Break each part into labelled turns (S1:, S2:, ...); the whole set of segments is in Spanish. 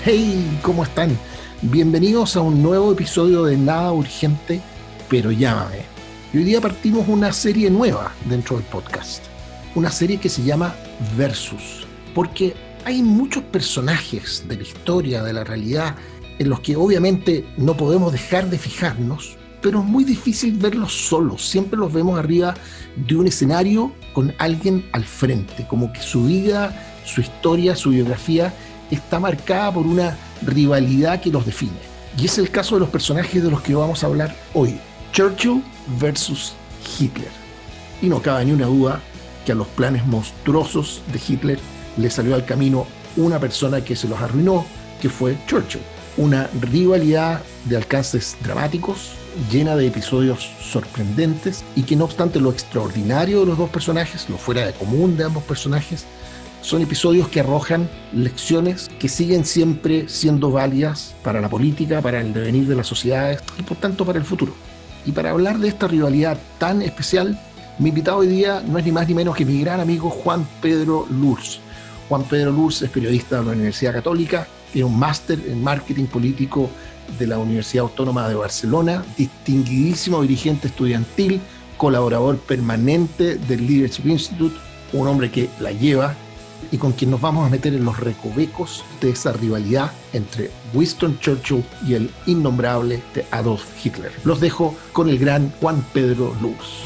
S1: Hey, ¿cómo están? Bienvenidos a un nuevo episodio de Nada Urgente, pero llámame. Y hoy día partimos una serie nueva dentro del podcast. Una serie que se llama Versus, porque hay muchos personajes de la historia, de la realidad, en los que obviamente no podemos dejar de fijarnos, pero es muy difícil verlos solos. Siempre los vemos arriba de un escenario con alguien al frente, como que su vida, su historia, su biografía está marcada por una rivalidad que los define. Y es el caso de los personajes de los que vamos a hablar hoy. Churchill versus Hitler. Y no cabe ni una duda que a los planes monstruosos de Hitler le salió al camino una persona que se los arruinó, que fue Churchill. Una rivalidad de alcances dramáticos, llena de episodios sorprendentes, y que no obstante lo extraordinario de los dos personajes, lo fuera de común de ambos personajes, son episodios que arrojan lecciones que siguen siempre siendo válidas para la política, para el devenir de las sociedades y por tanto para el futuro. Y para hablar de esta rivalidad tan especial, mi invitado hoy día no es ni más ni menos que mi gran amigo Juan Pedro Lurs. Juan Pedro Lurs es periodista de la Universidad Católica, tiene un máster en marketing político de la Universidad Autónoma de Barcelona, distinguidísimo dirigente estudiantil, colaborador permanente del Leadership Institute, un hombre que la lleva y con quien nos vamos a meter en los recovecos de esa rivalidad entre Winston Churchill y el innombrable de Adolf Hitler. Los dejo con el gran Juan Pedro Lurs.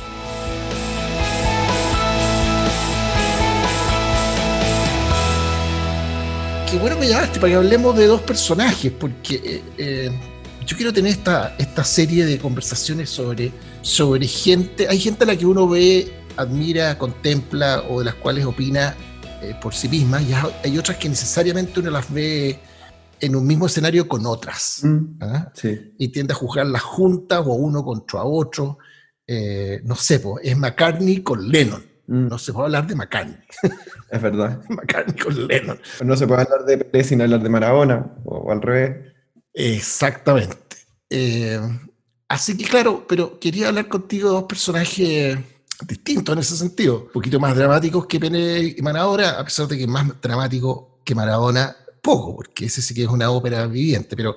S1: Qué bueno que llamaste para que hablemos de dos personajes, porque yo quiero tener esta serie de conversaciones sobre gente. Hay gente a la que uno ve, admira, contempla o de las cuales opina por sí misma, y hay otras que necesariamente uno las ve en un mismo escenario con otras,
S2: sí.
S1: Y tiende a juzgarlas juntas o uno contra otro. No sé, es McCartney con Lennon. No se puede hablar de McCartney.
S2: Es verdad.
S1: McCartney con Lennon.
S2: No se puede hablar de Pelé sin hablar de Maradona, o al revés.
S1: Exactamente. Así que claro, pero quería hablar contigo de dos personajes distintos en ese sentido, un poquito más dramáticos que Pelé y Maradona, a pesar de que más dramático que Maradona, poco, porque ese sí que es una ópera viviente, pero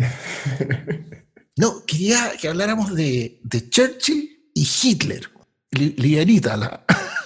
S1: no, quería que habláramos de Churchill y Hitler. Ligerita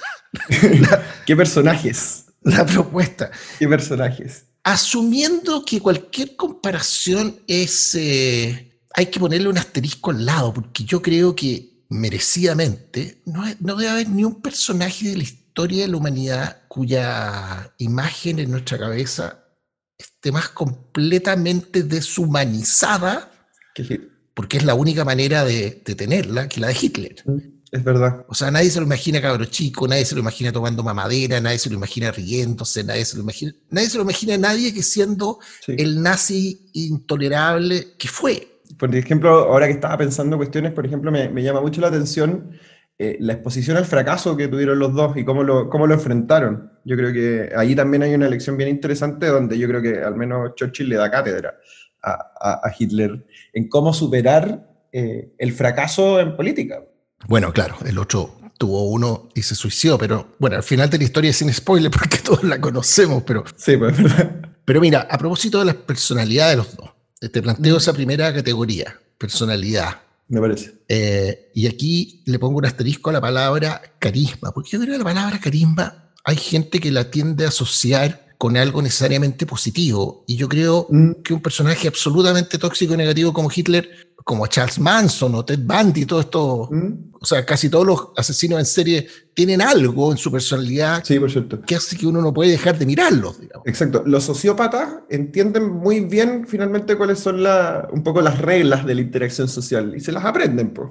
S2: ¿Qué personajes?
S1: La propuesta.
S2: ¿Qué personajes?
S1: Asumiendo que cualquier comparación es hay que ponerle un asterisco al lado, porque yo creo que merecidamente no debe haber ni un personaje de la historia de la humanidad cuya imagen en nuestra cabeza esté más completamente deshumanizada, porque es la única manera de tenerla, que la de Hitler.
S2: Es verdad.
S1: O sea, nadie se lo imagina cabro chico, nadie se lo imagina tomando mamadera, nadie se lo imagina riéndose, nadie se lo imagina a nadie que siendo el nazi intolerable que fue.
S2: Por ejemplo, ahora que estaba pensando cuestiones, por ejemplo, me llama mucho la atención la exposición al fracaso que tuvieron los dos y cómo lo enfrentaron. Yo creo que ahí también hay una lección bien interesante donde yo creo que al menos Churchill le da cátedra a Hitler en cómo superar el fracaso en política.
S1: Bueno, claro, el otro tuvo uno y se suicidó, pero bueno, al final de la historia es sin spoiler porque todos la conocemos, pero...
S2: Sí, pues es verdad.
S1: Pero mira, a propósito de la personalidad de los dos, te planteo esa primera categoría, personalidad.
S2: Me parece.
S1: Y aquí le pongo un asterisco a la palabra carisma, porque yo creo que la palabra carisma hay gente que la tiende a asociar con algo necesariamente positivo, y yo creo que un personaje absolutamente tóxico y negativo como Hitler, como Charles Manson o Ted Bundy, todo esto, o sea, casi todos los asesinos en serie tienen algo en su personalidad,
S2: sí, por cierto,
S1: que hace que uno no puede dejar de mirarlos, digamos.
S2: Exacto. Los sociópatas entienden muy bien finalmente cuáles son un poco las reglas de la interacción social y se las aprenden, pues.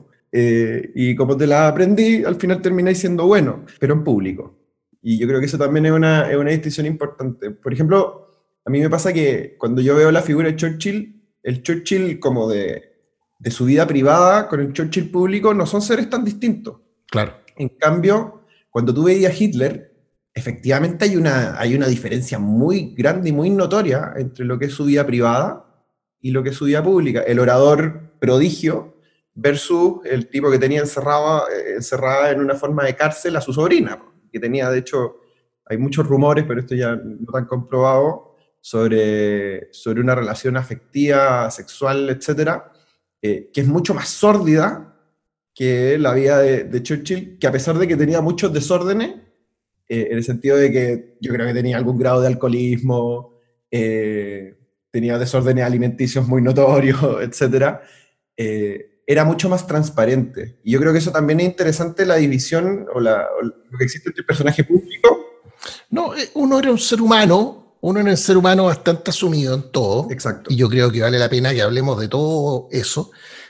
S2: Y como te las aprendí, al final termináis siendo bueno, pero en público. Y yo creo que eso también es una distinción importante. Por ejemplo, a mí me pasa que cuando yo veo la figura de Churchill, el Churchill como de su vida privada con el Churchill público no son seres tan distintos.
S1: Claro.
S2: En cambio, cuando tú veías a Hitler, efectivamente hay una diferencia muy grande y muy notoria entre lo que es su vida privada y lo que es su vida pública. El orador prodigio versus el tipo que tenía encerrada en una forma de cárcel a su sobrina, que tenía, de hecho, hay muchos rumores, pero esto ya no tan comprobado, sobre una relación afectiva, sexual, etcétera, que es mucho más sórdida que la vida de Churchill, que a pesar de que tenía muchos desórdenes, en el sentido de que yo creo que tenía algún grado de alcoholismo, tenía desórdenes alimenticios muy notorios, etcétera, era mucho más transparente. Y yo creo que eso también es interesante, la división o lo que existe entre el personaje público.
S1: No, uno era un ser humano, uno era un ser humano bastante asumido en todo.
S2: Exacto.
S1: Y yo creo que vale la pena que hablemos de todo eso.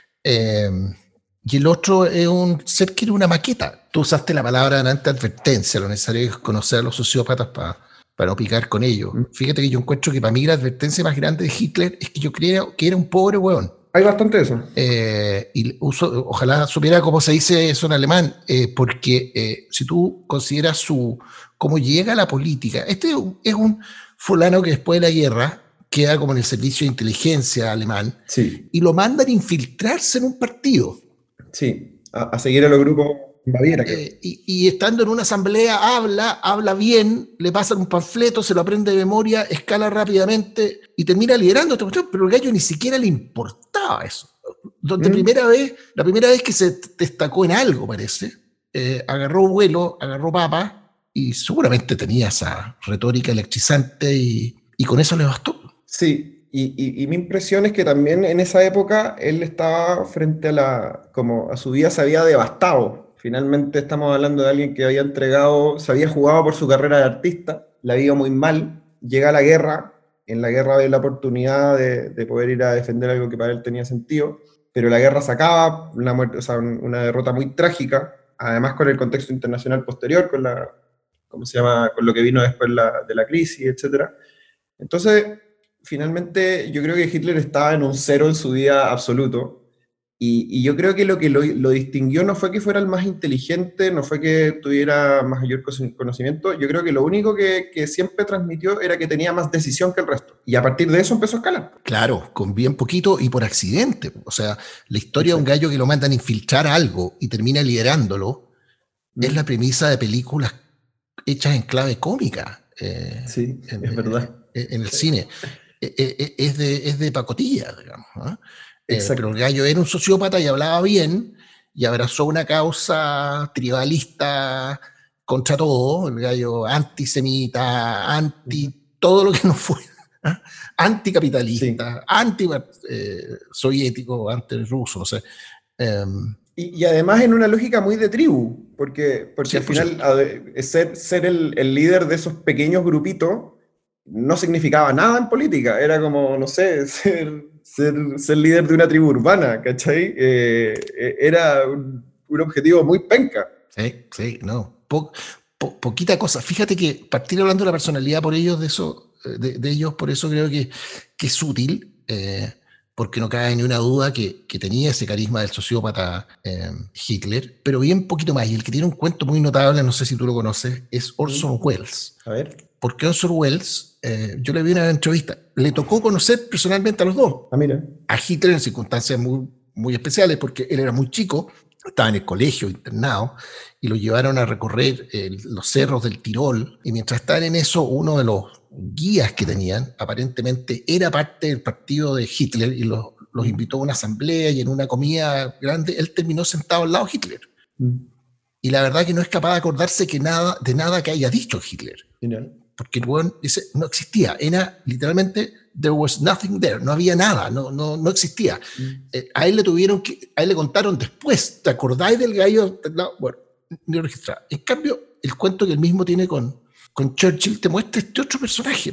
S1: Y el otro es un ser que era una maqueta. Tú usaste la palabra delante, advertencia. Lo necesario es conocer a los sociópatas para no picar con ellos. Fíjate que yo encuentro que para mí la advertencia más grande de Hitler es que yo creo que era un pobre hueón.
S2: Hay bastante de eso.
S1: Ojalá supiera cómo se dice eso en alemán, porque si tú consideras cómo llega a la política, este es un fulano que después de la guerra queda como en el servicio de inteligencia alemán,
S2: sí,
S1: y lo mandan a infiltrarse en un partido.
S2: Sí, a seguir a los grupos en Baviera.
S1: Y estando en una asamblea habla bien, le pasan un panfleto, se lo aprende de memoria, escala rápidamente y termina liderando esta cuestión, pero el gallo ni siquiera le importaba eso. La primera vez que se destacó en algo, parece, agarró vuelo, agarró papa y seguramente tenía esa retórica electrizante y con eso le bastó.
S2: Sí. Y mi impresión es que también en esa época él estaba frente como a su vida se había devastado. Finalmente estamos hablando de alguien que había se había jugado por su carrera de artista, la había ido muy mal, llega a la guerra, en la guerra ve la oportunidad de poder ir a defender algo que para él tenía sentido, pero la guerra se acaba, una derrota muy trágica, además con el contexto internacional posterior, con lo que vino después de la crisis, etc. Entonces, finalmente, yo creo que Hitler estaba en un cero en su vida absoluto. Y yo creo que lo lo distinguió no fue que fuera el más inteligente, no fue que tuviera mayor conocimiento. Yo creo que lo único que siempre transmitió era que tenía más decisión que el resto. Y a partir de eso empezó a escalar.
S1: Claro, con bien poquito y por accidente. O sea, la historia de un gallo que lo mandan a infiltrar algo y termina liderándolo es la premisa de películas hechas en clave cómica.
S2: Sí, es verdad.
S1: En el cine. Es de pacotilla, digamos. Pero el gallo era un sociópata y hablaba bien y abrazó una causa tribalista contra todo. El gallo antisemita, todo lo que no fue. Anticapitalista, anti-soviético, anti-ruso, no sé.
S2: Y además en una lógica muy de tribu, porque sí, al final ser el líder de esos pequeños grupitos no significaba nada en política, era como, no sé, ser líder de una tribu urbana, ¿cachai? Era un objetivo muy penca.
S1: Sí, no. Poquita cosa. Fíjate que partir hablando de la personalidad por ellos, de ellos, por eso creo que es útil, porque no cabe ni una duda que tenía ese carisma del sociópata Hitler, pero bien poquito más. Y el que tiene un cuento muy notable, no sé si tú lo conoces, es Orson Welles.
S2: A ver.
S1: Porque Orson Welles, yo le vi una entrevista, le tocó conocer personalmente a los dos.
S2: Mira.
S1: A Hitler en circunstancias muy, muy especiales, porque él era muy chico, estaba en el colegio, internado, y lo llevaron a recorrer los cerros del Tirol, y mientras estaban en eso, uno de los guías que tenían, aparentemente era parte del partido de Hitler, y los invitó a una asamblea, y en una comida grande, él terminó sentado al lado de Hitler. Y la verdad que no es capaz de acordarse de nada que haya dicho Hitler. Porque el weón dice, no existía, era literalmente, there was nothing there, no había nada, no existía. A él le contaron después, ¿te acordáis del gallo? No, bueno, ni registrado. En cambio, el cuento que él mismo tiene con Churchill te muestra este otro personaje.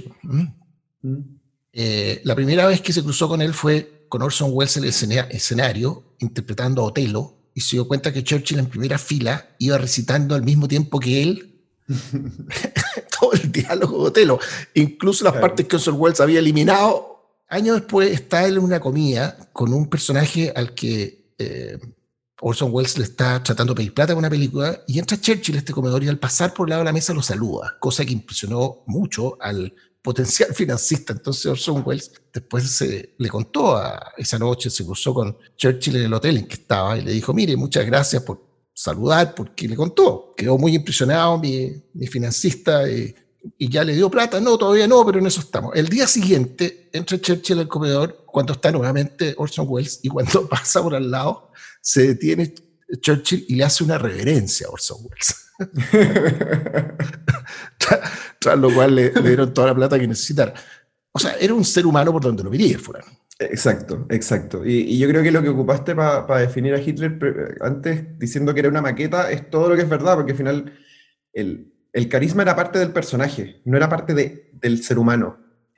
S1: La primera vez que se cruzó con él fue con Orson Welles en el escenario, interpretando a Otelo, y se dio cuenta que Churchill en primera fila iba recitando al mismo tiempo que él todo el diálogo de Otelo, incluso las partes que Orson Welles había eliminado. Años después está él en una comida con un personaje al que Orson Welles le está tratando de pedir plata con una película, y entra Churchill a este comedor y al pasar por el lado de la mesa lo saluda, cosa que impresionó mucho al potencial financista. Entonces Orson Welles después le contó esa noche, se cruzó con Churchill en el hotel en que estaba y le dijo, mire, muchas gracias por saludar, porque le contó, quedó muy impresionado mi financista, y ya le dio plata. No, todavía no, pero en eso estamos. El día siguiente entra Churchill al comedor cuando está nuevamente Orson Welles, y cuando pasa por al lado se detiene Churchill y le hace una reverencia a Orson Welles. Tras lo cual le dieron toda la plata que necesitara. O sea, era un ser humano por donde lo miría, Furán.
S2: Exacto, exacto. Y yo creo que lo que ocupaste para definir a Hitler antes, diciendo que era una maqueta, es todo lo que es verdad, porque al final el carisma era parte del personaje, no era parte del ser humano.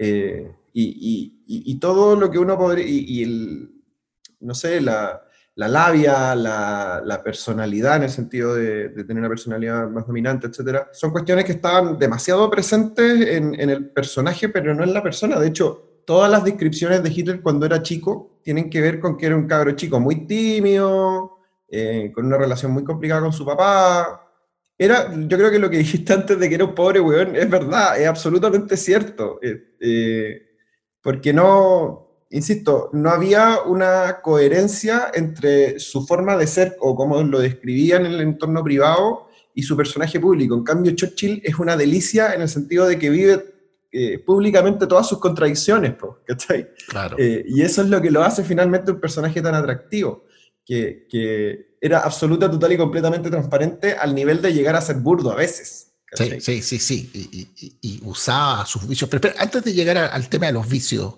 S2: Y todo lo que uno podría, no sé, la labia, la personalidad en el sentido de tener una personalidad más dominante, etcétera, son cuestiones que estaban demasiado presentes en el personaje, pero no en la persona. De hecho, todas las descripciones de Hitler cuando era chico tienen que ver con que era un cabro chico muy tímido, con una relación muy complicada con su papá. Yo creo que lo que dijiste antes de que era un pobre weón es verdad, es absolutamente cierto. Porque no, insisto, no había una coherencia entre su forma de ser o cómo lo describía en el entorno privado y su personaje público. En cambio, Churchill es una delicia en el sentido de que vive públicamente todas sus contradicciones, ¿cachai?
S1: Claro.
S2: Y eso es lo que lo hace finalmente un personaje tan atractivo, que era absoluta, total y completamente transparente al nivel de llegar a ser burdo a veces. ¿Cachai?
S1: Sí. Y usaba sus vicios. Pero espera, antes de llegar al tema de los vicios,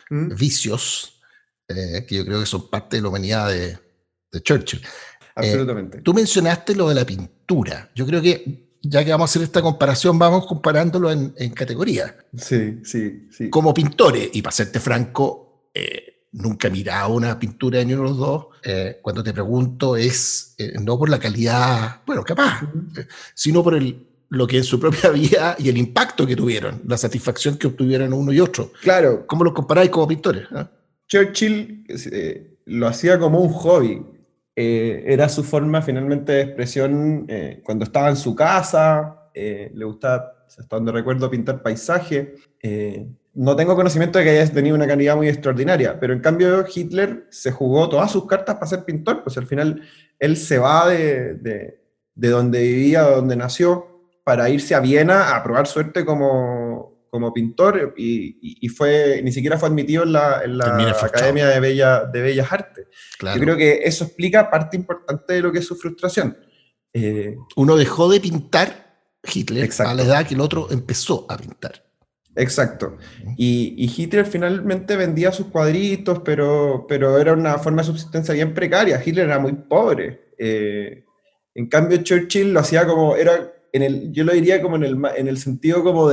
S1: que yo creo que son parte de la humanidad de Churchill.
S2: Absolutamente.
S1: Tú mencionaste lo de la pintura. Yo creo que ya que vamos a hacer esta comparación, vamos comparándolo en categorías.
S2: Sí.
S1: Como pintores, y para serte franco, nunca he mirado una pintura de ninguno de los dos. Cuando te pregunto es no por la calidad, bueno, capaz, sino por lo que en su propia vida y el impacto que tuvieron, la satisfacción que obtuvieron uno y otro.
S2: Claro.
S1: ¿Cómo los comparáis como pintores?
S2: Churchill lo hacía como un hobby. Era su forma finalmente de expresión cuando estaba en su casa, le gustaba, hasta donde recuerdo, pintar paisaje. No tengo conocimiento de que haya tenido una calidad muy extraordinaria, pero en cambio Hitler se jugó todas sus cartas para ser pintor, pues al final él se va de donde vivía, donde nació, para irse a Viena a probar suerte como pintor, y ni siquiera fue admitido en la Academia de Bellas Artes.
S1: Claro.
S2: Yo creo que eso explica parte importante de lo que es su frustración.
S1: Uno dejó de pintar Hitler.
S2: Exacto.
S1: A la edad que el otro empezó a pintar.
S2: Exacto. Y Hitler finalmente vendía sus cuadritos, pero era una forma de subsistencia bien precaria. Hitler era muy pobre. En cambio, Churchill lo hacía como, yo lo diría como en el sentido como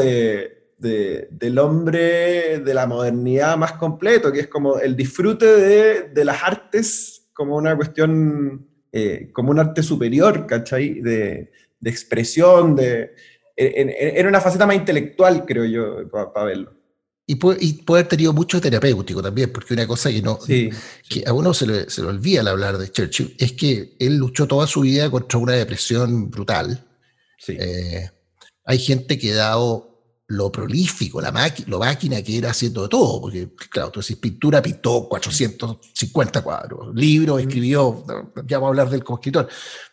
S2: del hombre de la modernidad más completo, que es como el disfrute de las artes como una cuestión, como un arte superior, ¿cachai? De expresión, era una faceta más intelectual, creo yo, para verlo.
S1: Y puede haber tenido mucho terapéutico también, porque una cosa que a uno se le olvida al hablar de Churchill es que él luchó toda su vida contra una depresión brutal.
S2: Sí.
S1: Hay gente que dado lo prolífico, lo máquina que era haciendo de todo, porque claro, tú decís pintura, pintó 450 cuadros, libros, escribió, ya vamos a hablar de él como escritor,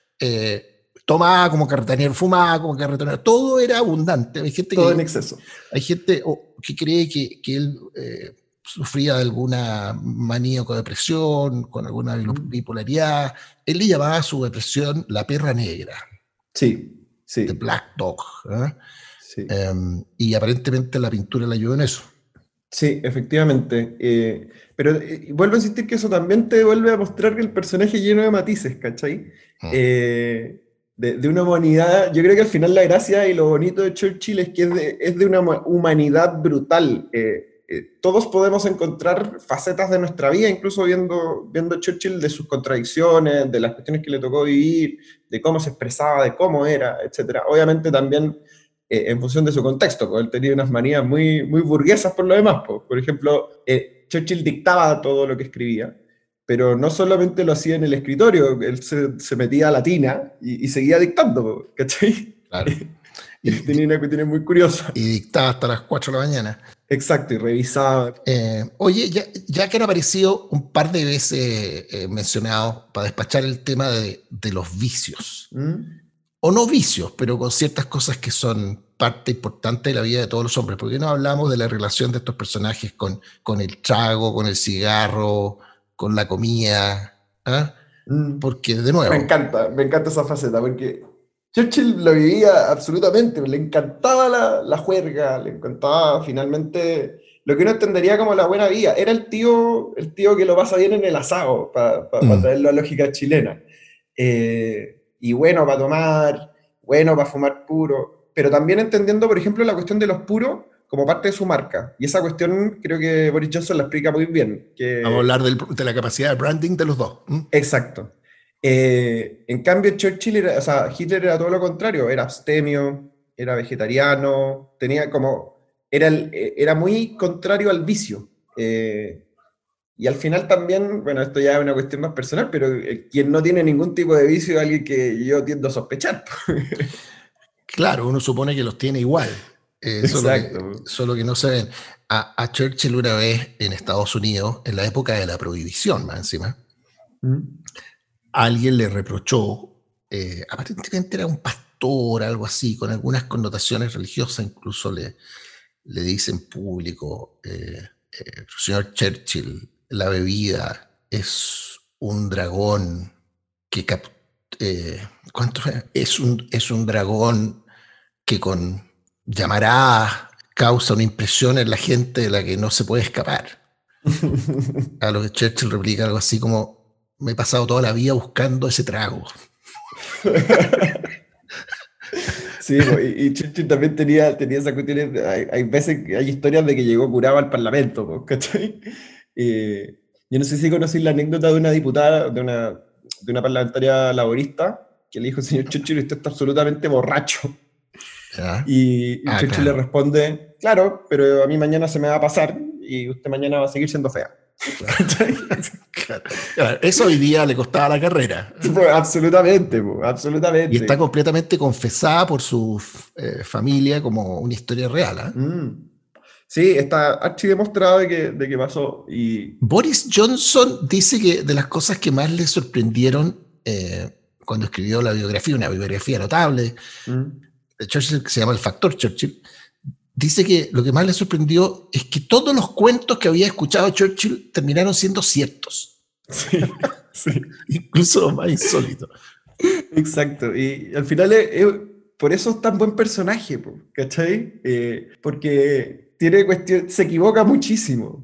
S1: tomaba como carretonero, fumaba como carretonero, todo era abundante. Hay gente
S2: todo en exceso.
S1: Hay gente que cree que él sufría de alguna manía con depresión, con alguna bipolaridad. Él le llamaba a su depresión la perra negra.
S2: Sí.
S1: The Black Dog.
S2: Sí.
S1: Y aparentemente la pintura le ayudó en eso.
S2: Sí, efectivamente. Pero vuelvo a insistir que eso también te vuelve a mostrar que el personaje es lleno de matices, ¿cachai? De una humanidad. Yo creo que al final la gracia y lo bonito de Churchill es que es de una humanidad brutal. Todos podemos encontrar facetas de nuestra vida, incluso viendo Churchill, de sus contradicciones, de las cuestiones que le tocó vivir, de cómo se expresaba, de cómo era, etc. Obviamente también en función de su contexto, porque él tenía unas manías muy, muy burguesas por lo demás. Por ejemplo, Churchill dictaba todo lo que escribía, pero no solamente lo hacía en el escritorio, él se metía a la tina y seguía dictando, ¿cachai?
S1: Claro.
S2: Y tenía una cuestión muy curiosa.
S1: Y dictaba hasta las 4 de la mañana.
S2: Exacto, y revisaba.
S1: Oye, ya que han aparecido un par de veces mencionados para despachar el tema de los vicios. O no vicios, pero con ciertas cosas que son parte importante de la vida de todos los hombres. ¿Por qué no hablamos de la relación de estos personajes con el trago, con el cigarro, con la comida? ¿Ah? Porque, de nuevo...
S2: Me encanta esa faceta, porque Churchill lo vivía absolutamente, le encantaba la juerga, le encantaba finalmente lo que uno entendería como la buena vida. Era el tío que lo pasa bien en el asado, para traerlo a lógica chilena. Y bueno para tomar, bueno para fumar puro, pero también entendiendo, por ejemplo, la cuestión de los puros como parte de su marca. Y esa cuestión creo que Boris Johnson la explica muy bien.
S1: Vamos a hablar de la capacidad de branding de los dos.
S2: Exacto. En cambio, Hitler era todo lo contrario, era abstemio, era vegetariano, era muy contrario al vicio. Y al final también, bueno, esto ya es una cuestión más personal, pero quien no tiene ningún tipo de vicio es alguien que yo tiendo a sospechar.
S1: Claro, uno supone que los tiene igual. Solo que no se ven. A Churchill una vez en Estados Unidos, en la época de la prohibición, más encima, alguien le reprochó, aparentemente era un pastor, algo así, con algunas connotaciones religiosas, incluso le dice en público, señor Churchill, la bebida es un dragón que ¿cuánto es un dragón que con llamará causa una impresión en la gente de la que no se puede escapar. A lo que Churchill replica algo así como: me he pasado toda la vida buscando ese trago.
S2: Sí, y Churchill también tenía esa cuestión. Hay veces, hay historias de que llegó curado al Parlamento, ¿cachai? Yo no sé si conocéis la anécdota de una diputada, de una parlamentaria laborista, que le dijo: señor Churchill, usted está absolutamente borracho.
S1: ¿Ya?
S2: Y Churchill le responde: claro, pero a mí mañana se me va a pasar y usted mañana va a seguir siendo fea.
S1: Claro, eso hoy día le costaba la carrera.
S2: Absolutamente.
S1: Y está completamente confesada por su familia como una historia real.
S2: Sí, está archidemostrado de que pasó. Y
S1: Boris Johnson dice que de las cosas que más le sorprendieron cuando escribió la biografía, una biografía notable de Churchill que se llama El Factor Churchill, dice que lo que más le sorprendió es que todos los cuentos que había escuchado Churchill terminaron siendo ciertos.
S2: Sí.
S1: Incluso los más insólitos.
S2: Exacto. Y al final por eso es tan buen personaje, ¿cachai? Porque se equivoca muchísimo.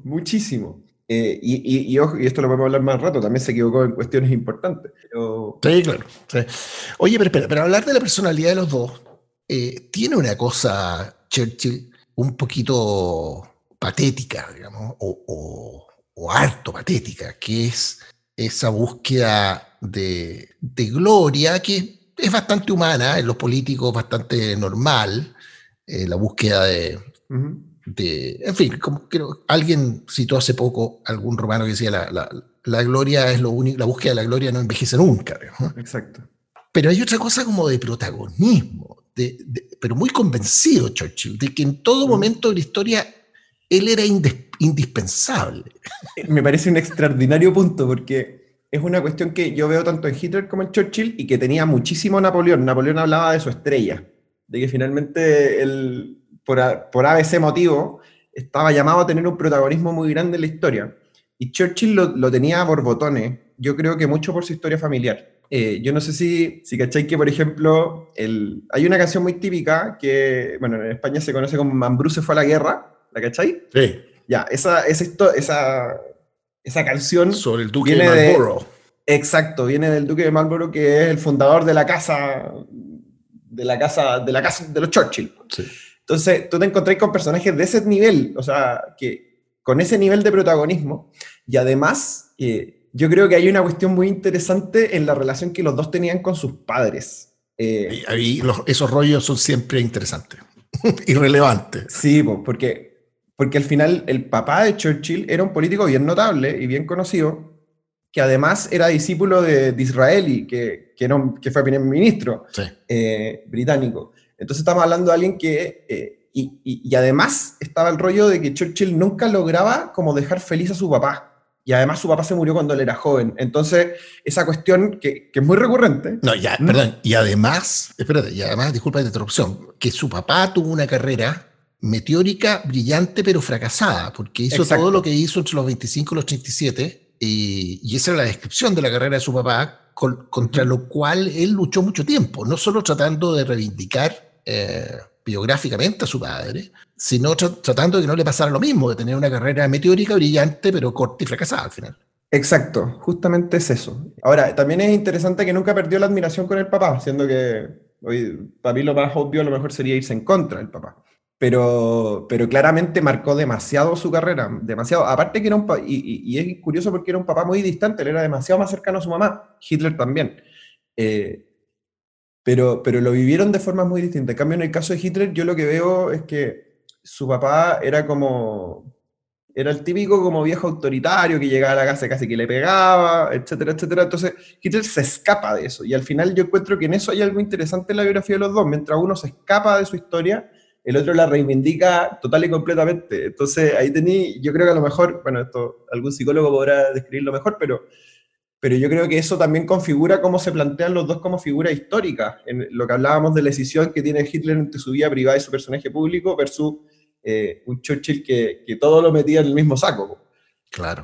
S2: Y esto lo podemos hablar más rato, también se equivocó en cuestiones importantes. Pero...
S1: Sí, claro. Sí. Oye, pero hablar de la personalidad de los dos, tiene una cosa, Churchill, un poquito patética, digamos, o harto patética, que es esa búsqueda de gloria, que es bastante humana, en los políticos bastante normal, la búsqueda de en fin, como creo, alguien citó hace poco algún romano que decía la gloria es lo único, la búsqueda de la gloria no envejece nunca, ¿no?
S2: Exacto.
S1: Pero hay otra cosa como de protagonismo, pero muy convencido Churchill, de que en todo momento de la historia él era indispensable.
S2: Me parece un extraordinario punto, porque es una cuestión que yo veo tanto en Hitler como en Churchill, y que tenía muchísimo Napoleón. Napoleón hablaba de su estrella, de que finalmente él, por ABC motivo, estaba llamado a tener un protagonismo muy grande en la historia. Y Churchill lo tenía a borbotones, yo creo que mucho por su historia familiar. Yo no sé si cachai que, por ejemplo, hay una canción muy típica que, bueno, en España se conoce como Mambrú se fue a la guerra, ¿la cachai?
S1: Sí.
S2: Ya, esa canción
S1: sobre el duque de Marlborough.
S2: Exacto, viene del duque de Marlborough, que es el fundador de la casa de los Churchill.
S1: Sí.
S2: Entonces, tú te encontrás con personajes de ese nivel, o sea, que con ese nivel de protagonismo, y además, yo creo que hay una cuestión muy interesante en la relación que los dos tenían con sus padres.
S1: Esos rollos son siempre interesantes, irrelevantes.
S2: Sí, porque al final el papá de Churchill era un político bien notable y bien conocido, que además era discípulo de Disraeli, que fue primer ministro británico. Entonces estamos hablando de alguien que... y además estaba el rollo de que Churchill nunca lograba como dejar feliz a su papá. y además su papá se murió cuando él era joven. Entonces, esa cuestión que es muy recurrente.
S1: No, ya, perdón, y además, espérate, disculpa la interrupción, que su papá tuvo una carrera meteórica brillante pero fracasada, porque hizo todo lo que hizo entre los 25 y los 37, y esa era la descripción de la carrera de su papá, contra lo cual él luchó mucho tiempo, no solo tratando de reivindicar biográficamente a su padre, sino tratando de que no le pasara lo mismo, de tener una carrera meteórica brillante pero corta y fracasada al final.
S2: Exacto, justamente es eso. Ahora, también es interesante que nunca perdió la admiración con el papá, siendo que hoy, para mí lo más obvio a lo mejor sería irse en contra del papá. Pero claramente marcó demasiado su carrera, demasiado. Aparte que era y es curioso porque era un papá muy distante, él era demasiado más cercano a su mamá, Hitler también. Pero lo vivieron de formas muy distintas. En cambio, en el caso de Hitler, yo lo que veo es que su papá era el típico como viejo autoritario que llegaba a la casa casi que le pegaba, etcétera, etcétera. Entonces, Hitler se escapa de eso. Y al final yo encuentro que en eso hay algo interesante en la biografía de los dos. Mientras uno se escapa de su historia, el otro la reivindica total y completamente. Entonces, ahí yo creo que a lo mejor, bueno, esto algún psicólogo podrá describirlo mejor, pero yo creo que eso también configura cómo se plantean los dos como figuras históricas. En lo que hablábamos de la decisión que tiene Hitler entre su vida privada y su personaje público versus un Churchill que todo lo metía en el mismo saco.
S1: Claro.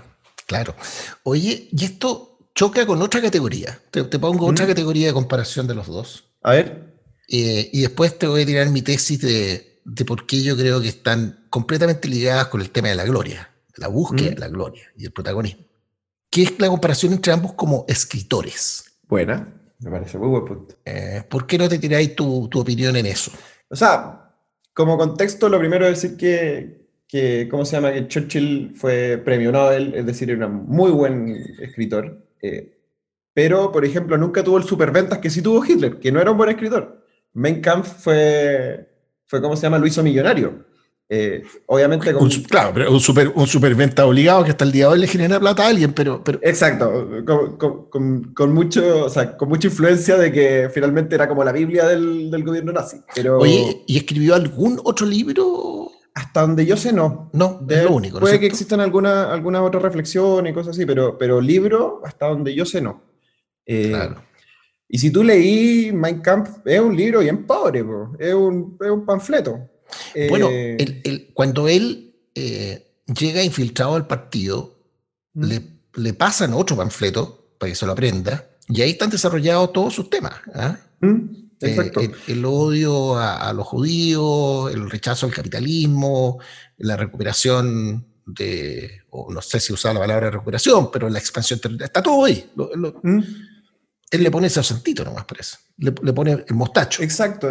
S1: Oye, y esto choca con otra categoría. Te pongo otra categoría de comparación de los dos.
S2: A ver.
S1: Y después te voy a tirar mi tesis de por qué yo creo que están completamente ligadas con el tema de la gloria, la búsqueda de la gloria y el protagonismo. ¿Qué es la comparación entre ambos como escritores?
S2: Buena, me parece muy buen punto.
S1: ¿Por qué no te tiráis tu opinión en eso?
S2: O sea, como contexto, lo primero es decir que ¿cómo se llama? Que Churchill fue premio Nobel, es decir, era un muy buen escritor, pero, por ejemplo, nunca tuvo el superventas que sí tuvo Hitler, que no era un buen escritor. Mein Kampf fue ¿cómo se llama? Lo hizo millonario. Obviamente
S1: claro, pero un superventa obligado que hasta el día de hoy le genera plata a alguien, pero...
S2: Exacto, con mucha influencia de que finalmente era como la Biblia del gobierno nazi. Pero,
S1: oye, ¿y escribió algún otro libro?
S2: Hasta donde yo sé, no.
S1: No, es lo único.
S2: Puede que existan alguna otra reflexión y cosas así, pero libro, hasta donde yo sé, no.
S1: Claro.
S2: Y si tú leí Mein Kampf, es un libro bien pobre, es un panfleto.
S1: Bueno, cuando él llega infiltrado al partido, le pasan otro panfleto para que se lo aprenda, y ahí están desarrollados todos sus temas.
S2: Exacto.
S1: El odio a los judíos, el rechazo al capitalismo, la recuperación o no sé si usar la palabra recuperación, pero la expansión territorial, está todo ahí. Él le pone ese acentito nomás, parece. Le pone el mostacho.
S2: Exacto,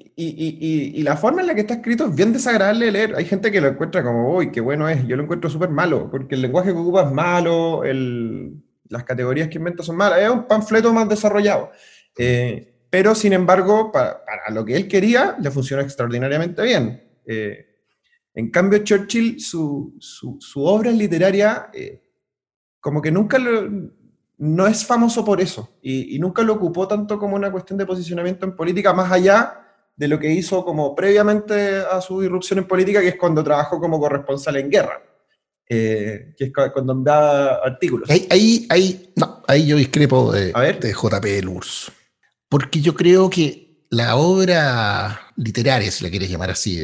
S2: y la forma en la que está escrito es bien desagradable de leer. Hay gente que lo encuentra como, uy, qué bueno es. Yo lo encuentro súper malo, porque el lenguaje que ocupa es malo, las categorías que inventa son malas. Es un panfleto más desarrollado. Pero, sin embargo, para lo que él quería, le funcionó extraordinariamente bien. En cambio, Churchill, su obra literaria, como que nunca no es famoso por eso, y nunca lo ocupó tanto como una cuestión de posicionamiento en política, más allá de lo que hizo como previamente a su irrupción en política, que es cuando trabajó como corresponsal en guerra, que es cuando enviaba artículos.
S1: Ahí yo discrepo de J.P. Lurs, porque yo creo que la obra literaria, si la quieres llamar así,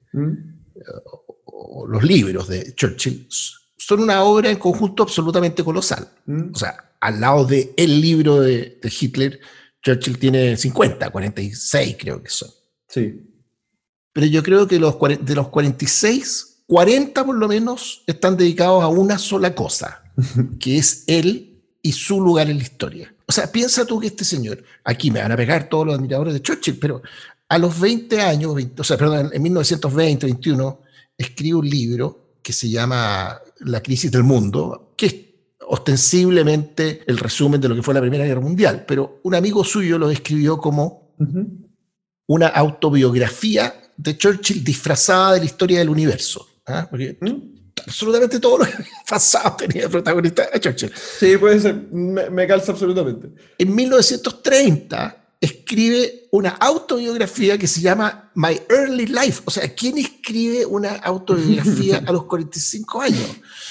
S1: o los libros de Churchill, son una obra en conjunto absolutamente colosal. O sea, al lado del libro de Hitler, Churchill tiene 50, 46 creo que son.
S2: Sí.
S1: Pero yo creo que de los 46, 40 por lo menos están dedicados a una sola cosa, que es él y su lugar en la historia. O sea, piensa tú que este señor, aquí me van a pegar todos los admiradores de Churchill, pero a los 20 años, en 1920, 21, escribe un libro que se llama La crisis del mundo, que es ostensiblemente el resumen de lo que fue la Primera Guerra Mundial, pero un amigo suyo lo describió como una autobiografía de Churchill disfrazada de la historia del universo. Porque absolutamente todo lo que había pasado tenía protagonista a Churchill.
S2: Sí, puede ser, me calza absolutamente.
S1: En 1930 escribe una autobiografía que se llama My Early Life. O sea, ¿quién escribe una autobiografía a los 45 años?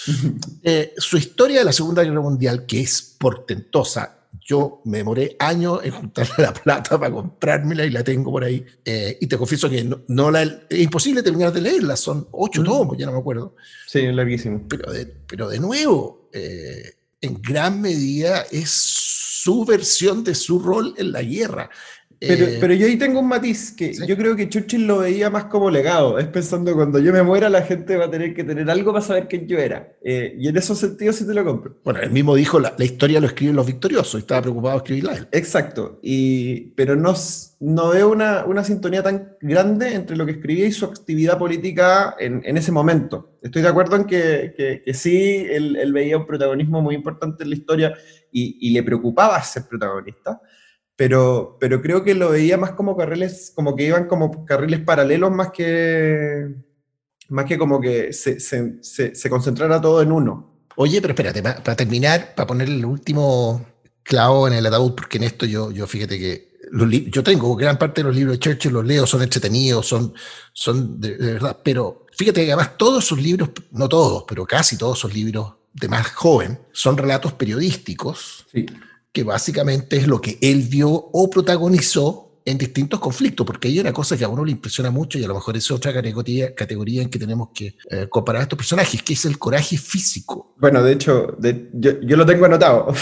S1: Su historia de la Segunda Guerra Mundial, que es portentosa. Yo me demoré años en juntar la plata para comprármela y la tengo por ahí. Y te confieso que es imposible terminar de leerla. Son 8 tomos, ya no me acuerdo.
S2: Sí, es larguísimo.
S1: Pero de nuevo, en gran medida es su versión de su rol en la guerra.
S2: Pero yo ahí tengo un matiz, que
S1: ¿sí?
S2: Yo creo que Churchill lo veía más como legado, es pensando cuando yo me muera la gente va a tener que tener algo para saber quién yo era, y en esos sentidos sí te lo compro.
S1: Bueno, él mismo dijo, la historia lo escriben los victoriosos, y estaba preocupado de escribirla él.
S2: Exacto, pero no veo una sintonía tan grande entre lo que escribía y su actividad política en ese momento. Estoy de acuerdo en que sí, él veía un protagonismo muy importante en la historia y le preocupaba ser protagonista. Pero creo que lo veía más como carriles, como que iban como carriles paralelos más que como que se concentrara todo en uno.
S1: Oye, pero espérate, para terminar, para poner el último clavo en el ataúd, porque en esto yo fíjate que yo tengo gran parte de los libros de Churchill, los leo, son entretenidos, son de verdad, pero fíjate que además todos sus libros, no todos, pero casi todos sus libros de más joven, son relatos periodísticos.
S2: Sí.
S1: Que básicamente es lo que él vio o protagonizó en distintos conflictos, porque hay una cosa que a uno le impresiona mucho y a lo mejor es otra categoría en que tenemos que comparar a estos personajes, que es el coraje físico.
S2: Bueno, de hecho, yo lo tengo anotado.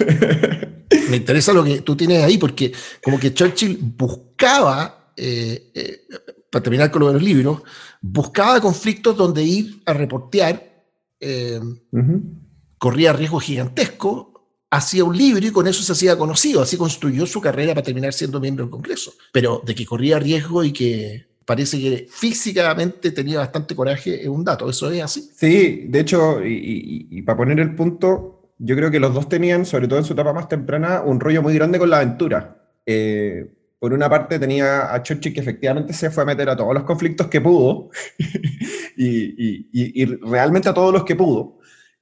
S1: Me interesa lo que tú tienes ahí, porque como que Churchill buscaba, para terminar con lo de los libros, buscaba conflictos donde ir a reportear, corría riesgos gigantescos, hacía un libro y con eso se hacía conocido, así construyó su carrera para terminar siendo miembro del Congreso, pero de que corría riesgo y que parece que físicamente tenía bastante coraje es un dato, ¿eso es así?
S2: Sí, de hecho, y para poner el punto, yo creo que los dos tenían, sobre todo en su etapa más temprana, un rollo muy grande con la aventura. Por una parte tenía a Churchill que efectivamente se fue a meter a todos los conflictos que pudo, y realmente a todos los que pudo,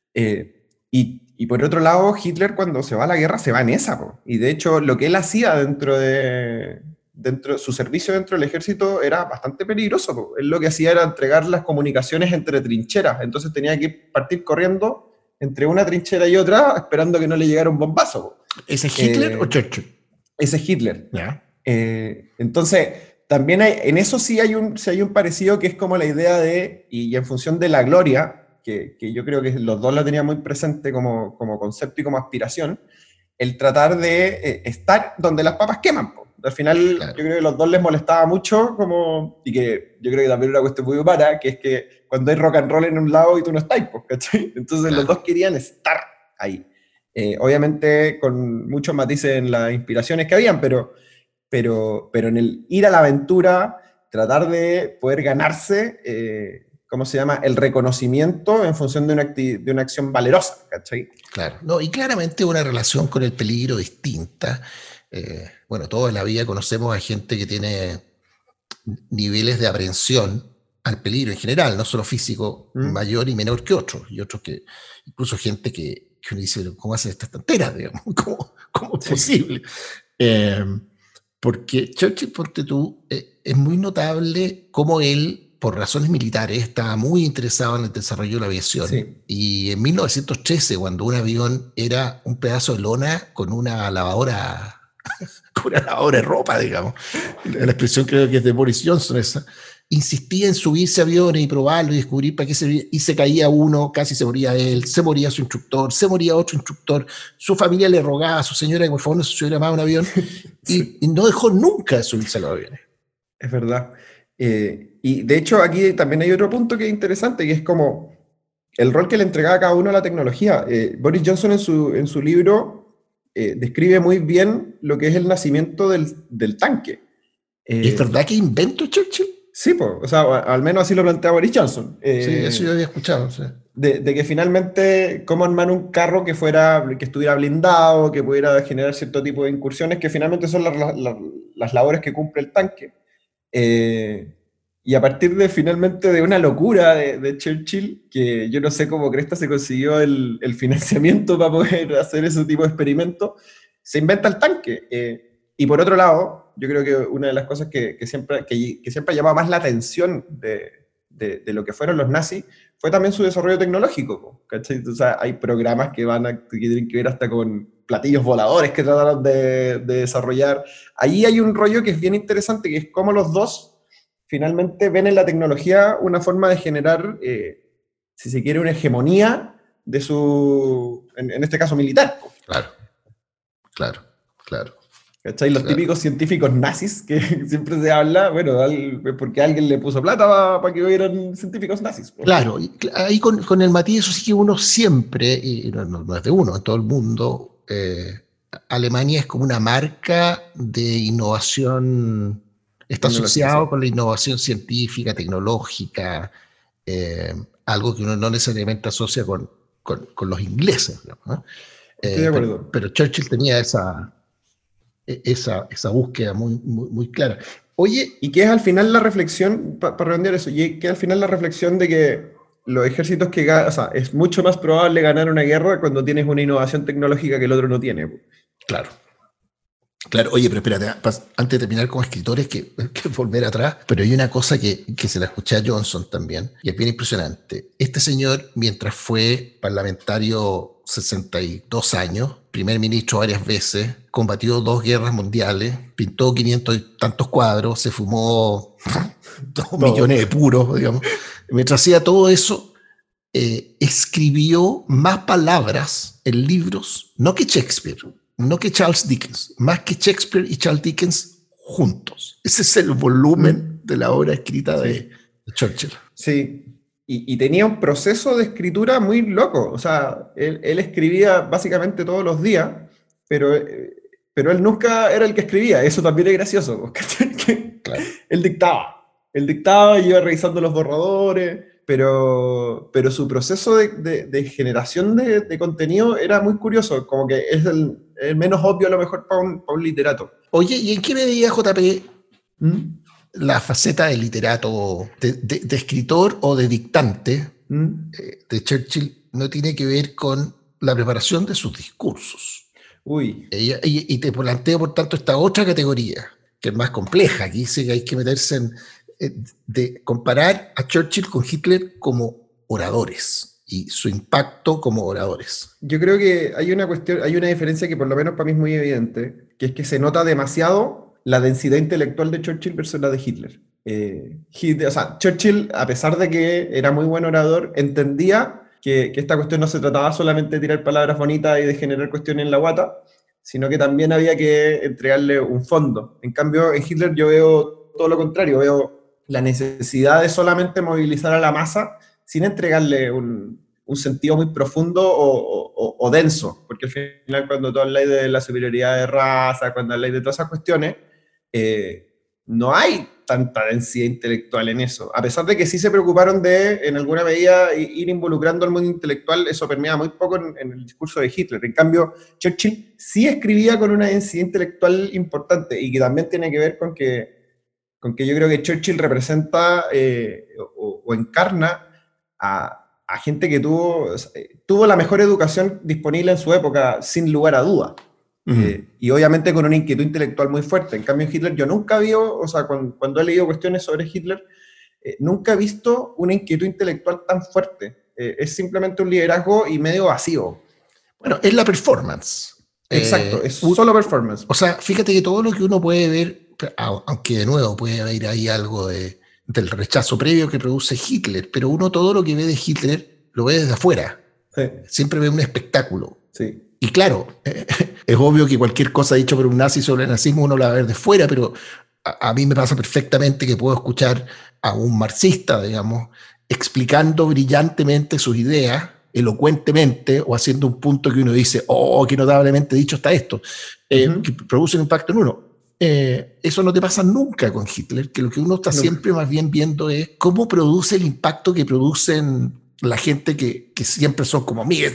S2: y por otro lado, Hitler cuando se va a la guerra se va en esa, po. Y de hecho lo que él hacía dentro de su servicio dentro del ejército era bastante peligroso, po. Él lo que hacía era entregar las comunicaciones entre trincheras, entonces tenía que partir corriendo entre una trinchera y otra esperando que no le llegara un bombazo, po.
S1: ¿Ese es Hitler o Churchill?
S2: Ese es Hitler.
S1: Yeah.
S2: Entonces también en eso sí hay un parecido, que es como la idea de, y en función de la gloria, que yo creo que los dos la tenían muy presente como concepto y como aspiración, el tratar de estar donde las papas queman. Po. Al final, claro. Yo creo que a los dos les molestaba mucho, y que yo creo que también era una cuestión muy humana, que es que cuando hay rock and roll en un lado y tú no estás, ¿cachai? Entonces claro. Los dos querían estar ahí. Obviamente con muchos matices en las inspiraciones que habían, pero en el ir a la aventura, tratar de poder ganarse... ¿cómo se llama? El reconocimiento en función de una acción valerosa, ¿cachai?
S1: Claro, no, y claramente una relación con el peligro distinta. Bueno, todos en la vida conocemos a gente que tiene niveles de aprehensión al peligro en general, no solo físico, mayor y menor que otros, y otros que, incluso gente que uno dice, ¿cómo hacen estas tonteras? Digamos? ¿Cómo es posible? Porque Churchill, ponte tú, es muy notable cómo él, por razones militares, estaba muy interesado en el desarrollo de la aviación. Sí. Y en 1913, cuando un avión era un pedazo de lona con una lavadora de ropa, digamos, la expresión creo que es de Boris Johnson esa, insistía en subirse a aviones y probarlo y descubrir para qué servía, y se caía uno, casi se moría él, se moría su instructor, se moría otro instructor, su familia le rogaba a su señora que por favor no se subiera más a un avión, sí. y no dejó nunca de subirse a los aviones.
S2: Es verdad. Y de hecho aquí también hay otro punto que es interesante, que es como el rol que le entregaba a cada uno a la tecnología. Boris Johnson en su libro describe muy bien lo que es el nacimiento del tanque.
S1: ¿Es verdad que inventó Churchill?
S2: Sí, o sea, al menos así lo plantea Boris Johnson.
S1: Sí, eso yo había escuchado. Sí.
S2: De que finalmente cómo armar un carro que estuviera blindado, que pudiera generar cierto tipo de incursiones, que finalmente son las labores que cumple el tanque. Y a partir de finalmente de una locura de Churchill, que yo no sé cómo cresta se consiguió el financiamiento para poder hacer ese tipo de experimentos, se inventa el tanque. Y por otro lado, yo creo que una de las cosas que siempre ha llamado más la atención de lo que fueron los nazis fue también su desarrollo tecnológico, ¿cachai? O sea, hay programas que tienen que ver hasta con platillos voladores que trataron de desarrollar. Ahí hay un rollo que es bien interesante, que es cómo los dos finalmente ven en la tecnología una forma de generar, si se quiere, una hegemonía de en este caso militar.
S1: Claro.
S2: ¿Cachai? Los típicos científicos nazis que siempre se habla, bueno, porque alguien le puso plata para que hubieran científicos nazis.
S1: Claro, ahí con el matiz, eso sí que uno siempre, y no es de uno, en todo el mundo, Alemania es como una marca de innovación, está asociado con la innovación científica, tecnológica, algo que uno no necesariamente asocia con los ingleses, ¿no?
S2: Estoy de acuerdo.
S1: Pero Churchill tenía esa búsqueda muy clara. Oye,
S2: y que es al final la reflexión, para redondear eso, y que al final la reflexión de que los ejércitos o sea, es mucho más probable ganar una guerra cuando tienes una innovación tecnológica que el otro no tiene.
S1: Claro, oye, pero espérate, antes de terminar como escritores, que volver atrás, pero hay una cosa que se la escuché a Johnson también, y es bien impresionante. Este señor, mientras fue parlamentario 62 años, primer ministro varias veces, combatió 2 guerras mundiales, pintó 500 y tantos cuadros, se fumó 2 millones de puros, digamos. Mientras hacía todo eso, escribió más palabras en libros, no que Shakespeare, no que Charles Dickens, más que Shakespeare y Charles Dickens juntos. Ese es el volumen de la obra escrita de Churchill.
S2: Sí, y tenía un proceso de escritura muy loco. O sea, él escribía básicamente todos los días, pero él nunca era el que escribía. Eso también es gracioso. Claro. Él dictaba y iba revisando los borradores, pero su proceso de generación de contenido era muy curioso, como que es el menos obvio a lo mejor para un literato.
S1: Oye, ¿y en qué medida, JP, la faceta de literato, de escritor o de dictante de Churchill no tiene que ver con la preparación de sus discursos?
S2: Uy.
S1: Y te planteo, por tanto, esta otra categoría, que es más compleja. Aquí dice que hay que meterse de comparar a Churchill con Hitler como oradores y su impacto como oradores.
S2: Yo creo que hay una diferencia que por lo menos para mí es muy evidente, que es que se nota demasiado la densidad intelectual de Churchill versus la de Hitler. O sea, Churchill, a pesar de que era muy buen orador, entendía que esta cuestión no se trataba solamente de tirar palabras bonitas y de generar cuestiones en la guata, sino que también había que entregarle un fondo. En cambio, en Hitler yo veo todo lo contrario, veo la necesidad de solamente movilizar a la masa sin entregarle un sentido muy profundo o denso, porque al final cuando tú hablas de la superioridad de raza, cuando hablas de todas esas cuestiones, no hay tanta densidad intelectual en eso, a pesar de que sí se preocuparon de, en alguna medida, ir involucrando al mundo intelectual. Eso permeaba muy poco en el discurso de Hitler. En cambio, Churchill sí escribía con una densidad intelectual importante, y que también tiene que ver con que yo creo que Churchill representa o encarna a gente que tuvo la mejor educación disponible en su época, sin lugar a duda. Y obviamente con una inquietud intelectual muy fuerte. En cambio, en Hitler yo nunca vi, o sea, cuando he leído cuestiones sobre Hitler, nunca he visto una inquietud intelectual tan fuerte. Es simplemente un liderazgo y medio vacío.
S1: Bueno, es la performance.
S2: Exacto, es solo performance.
S1: O sea, fíjate que todo lo que uno puede ver, aunque de nuevo puede haber ahí algo del rechazo previo que produce Hitler, pero uno todo lo que ve de Hitler lo ve desde afuera.
S2: Sí.
S1: Siempre ve un espectáculo.
S2: Sí.
S1: Y claro, es obvio que cualquier cosa dicho por un nazi sobre el nazismo uno la va a ver de fuera, pero a mí me pasa perfectamente que puedo escuchar a un marxista, digamos, explicando brillantemente sus ideas, elocuentemente, o haciendo un punto que uno dice, oh, qué notablemente dicho está esto, que produce un impacto en uno. Eso no te pasa nunca con Hitler, que lo que uno está siempre más bien viendo es cómo produce el impacto que producen la gente que siempre son como miles,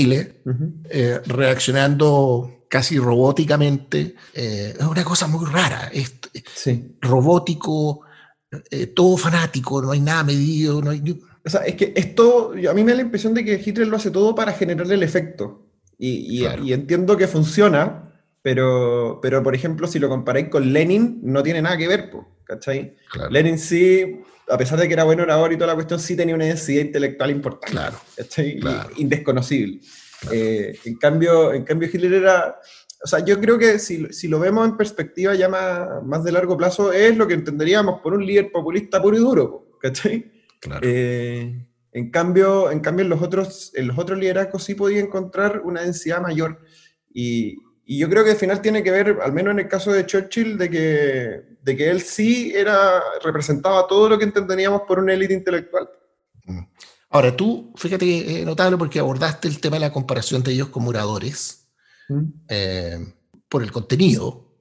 S1: reaccionando casi robóticamente. Es una cosa muy rara, robótico, todo fanático, no hay nada medido, no hay...
S2: O sea, es que esto, a mí me da la impresión de que Hitler lo hace todo para generarle el efecto. Claro. Y entiendo que funciona, pero por ejemplo, si lo comparáis con Lenin, no tiene nada que ver, po, ¿cachai?
S1: Claro.
S2: Lenin sí, a pesar de que era buen orador y toda la cuestión, sí tenía una densidad intelectual importante,
S1: Claro,
S2: ¿cachai?
S1: claro.
S2: Indesconocible.
S1: Claro.
S2: En cambio Hitler era... O sea, yo creo que si lo vemos en perspectiva ya más de largo plazo, es lo que entenderíamos por un líder populista puro y duro, ¿cachai?
S1: Claro.
S2: En cambio en los otros liderazgos sí podía encontrar una densidad mayor. Y yo creo que al final tiene que ver, al menos en el caso de Churchill, de que él sí representaba todo lo que entenderíamos por una élite intelectual.
S1: Ahora, tú, fíjate que es notable porque abordaste el tema de la comparación de ellos como oradores por el contenido.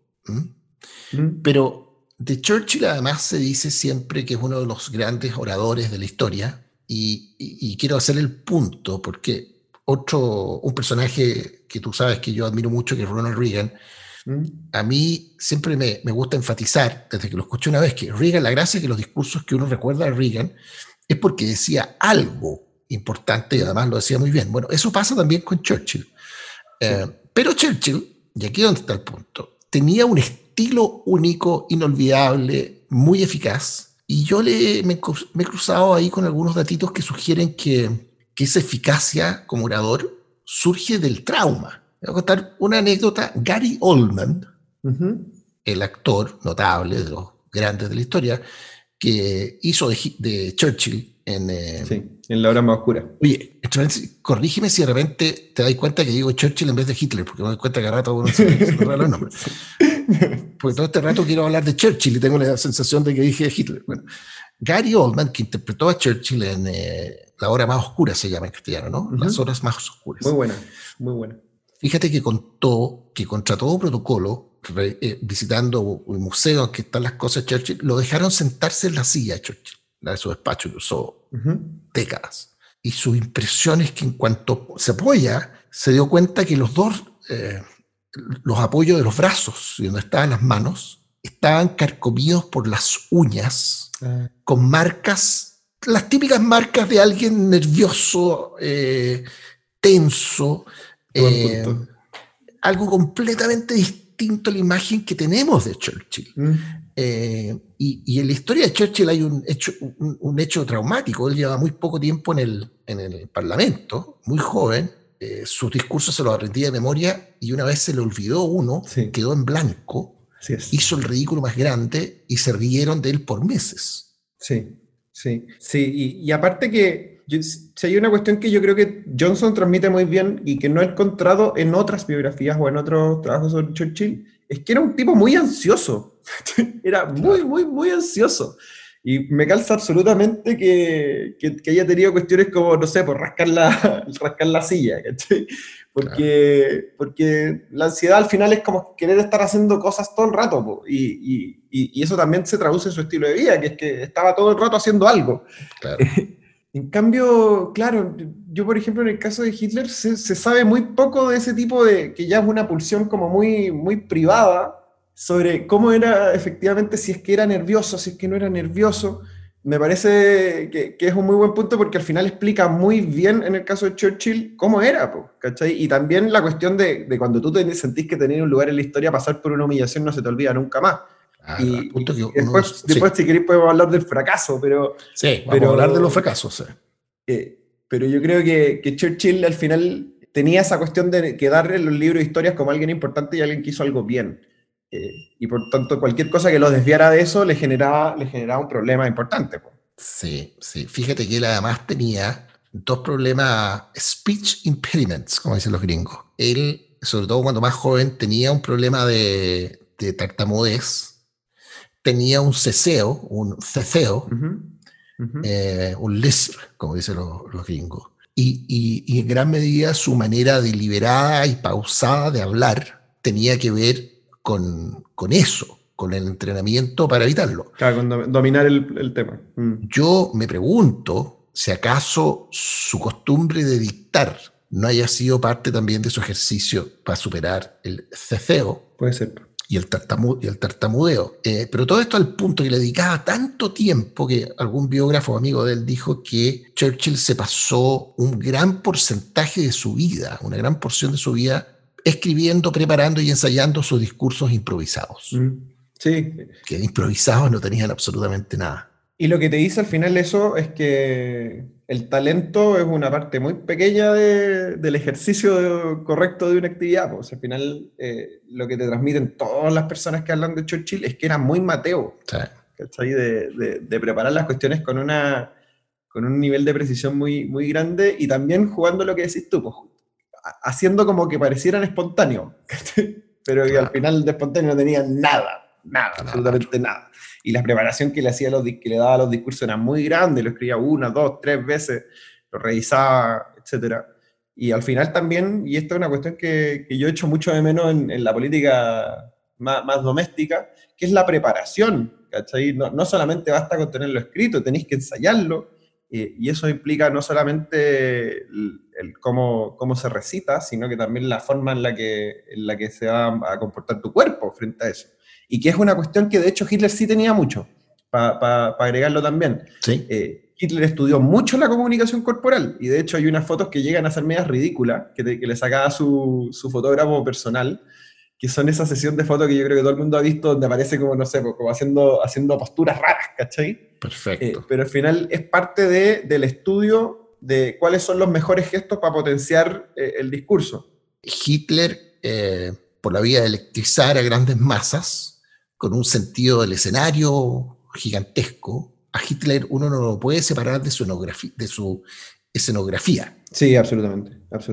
S1: Pero de Churchill además se dice siempre que es uno de los grandes oradores de la historia y quiero hacer el punto porque un personaje que tú sabes que yo admiro mucho, que es Ronald Reagan, a mí siempre me gusta enfatizar, desde que lo escuché una vez, que Reagan, la gracia es que los discursos que uno recuerda de Reagan es porque decía algo importante y además lo decía muy bien. Bueno, eso pasa también con Churchill. Pero Churchill, y aquí donde está el punto, tenía un estilo único, inolvidable, muy eficaz, y yo me he cruzado ahí con algunos datitos que sugieren que esa eficacia como orador surge del trauma. Voy a contar una anécdota. Gary Oldman, el actor notable de los grandes de la historia, que hizo de Churchill
S2: en La hora más oscura.
S1: Oye, corrígeme si de repente te das cuenta que digo Churchill en vez de Hitler, porque me doy cuenta que a rato uno se me los nombres. Porque todo este rato quiero hablar de Churchill y tengo la sensación de que dije Hitler. Bueno, Gary Oldman, que interpretó a Churchill en La hora más oscura, se llama en castellano, ¿no? Las horas más oscuras.
S2: Muy buena, muy buena.
S1: Fíjate que contó que contra todo protocolo, visitando un museo en que están las cosas de Churchill, lo dejaron sentarse en la silla de Churchill, la de su despacho, que usó décadas. Y su impresión es que en cuanto se apoya, se dio cuenta que los apoyos de los brazos y donde estaban las manos estaban carcomidos por las uñas con marcas, las típicas marcas de alguien nervioso, tenso, algo completamente distinto a la imagen que tenemos de Churchill. Y en la historia de Churchill hay un hecho traumático. Él lleva muy poco tiempo en el Parlamento, muy joven. Sus discursos se los aprendía de memoria y una vez se le olvidó uno, quedó en blanco, hizo el ridículo más grande y se rieron de él por meses.
S2: Sí. Y aparte que si hay una cuestión que yo creo que Johnson transmite muy bien y que no he encontrado en otras biografías o en otros trabajos sobre Churchill, es que era un tipo muy ansioso. Era muy ansioso. Y me calza absolutamente que haya tenido cuestiones como, no sé, por rascar la silla, ¿cachai? Porque la ansiedad al final es como querer estar haciendo cosas todo el rato, po, y eso también se traduce en su estilo de vida, que es que estaba todo el rato haciendo algo.
S1: Claro.
S2: En cambio, claro, yo por ejemplo en el caso de Hitler se sabe muy poco de ese tipo de, que ya es una pulsión como muy privada, sobre cómo era efectivamente, si es que era nervioso, si es que no era nervioso. Me parece que es un muy buen punto porque al final explica muy bien en el caso de Churchill cómo era, ¿cachai? Y también la cuestión de cuando tú sentís que tenés un lugar en la historia, pasar por una humillación no se te olvida nunca más. Y después si queréis podemos hablar del fracaso, pero...
S1: Sí, vamos a hablar de los fracasos.
S2: Pero yo creo que Churchill al final tenía esa cuestión de quedar en los libros de historias como alguien importante y alguien que hizo algo bien. Y por tanto cualquier cosa que lo desviara de eso le generaba un problema importante.
S1: Sí. Fíjate que él además tenía dos problemas, speech impediments, como dicen los gringos. Él, sobre todo cuando más joven, tenía un problema de tartamudez, tenía un ceceo, un lisp, como dicen los gringos. Y en gran medida su manera deliberada y pausada de hablar tenía que ver con eso, con el entrenamiento para evitarlo.
S2: Claro, con dominar el tema.
S1: Yo me pregunto si acaso su costumbre de dictar no haya sido parte también de su ejercicio para superar el ceceo.
S2: Puede ser.
S1: Y el tartamudeo. Pero todo esto al punto que le dedicaba tanto tiempo que algún biógrafo amigo de él dijo que Churchill se pasó un gran porcentaje de su vida, una gran porción de su vida escribiendo, preparando y ensayando sus discursos improvisados.
S2: Sí.
S1: Que de improvisados no tenían absolutamente nada.
S2: Y lo que te dice al final eso es que el talento es una parte muy pequeña del ejercicio correcto de una actividad. Pues al final lo que te transmiten todas las personas que hablan de Churchill es que era muy Mateo.
S1: Sí.
S2: ¿Cachai? De preparar las cuestiones con un nivel de precisión muy, muy grande y también jugando lo que decís tú, pues, haciendo como que parecieran espontáneos, ¿cachai? Pero que al final de espontáneo no tenían nada, absolutamente nada. Y la preparación que le daba a los discursos era muy grande, lo escribía 1, 2, 3 veces, lo revisaba, etc. Y al final también, y esta es una cuestión que yo echo mucho de menos en la política más doméstica, que es la preparación, ¿cachai? No solamente basta con tenerlo escrito, tenéis que ensayarlo, y eso implica no solamente el cómo se recita, sino que también la forma en la que se va a comportar tu cuerpo frente a eso. Y que es una cuestión que de hecho Hitler sí tenía mucho, para agregarlo también.
S1: ¿Sí?
S2: Hitler estudió mucho la comunicación corporal, y de hecho hay unas fotos que llegan a ser medias ridículas, que le sacaba su fotógrafo personal, que son esa sesión de fotos que yo creo que todo el mundo ha visto, donde aparece como, no sé, como haciendo posturas raras, ¿cachai?
S1: Perfecto.
S2: Pero al final es parte del estudio de cuáles son los mejores gestos para potenciar el discurso.
S1: Hitler, por la vía de electrizar a grandes masas, con un sentido del escenario gigantesco, a Hitler uno no lo puede separar de su escenografía.
S2: Sí, absolutamente.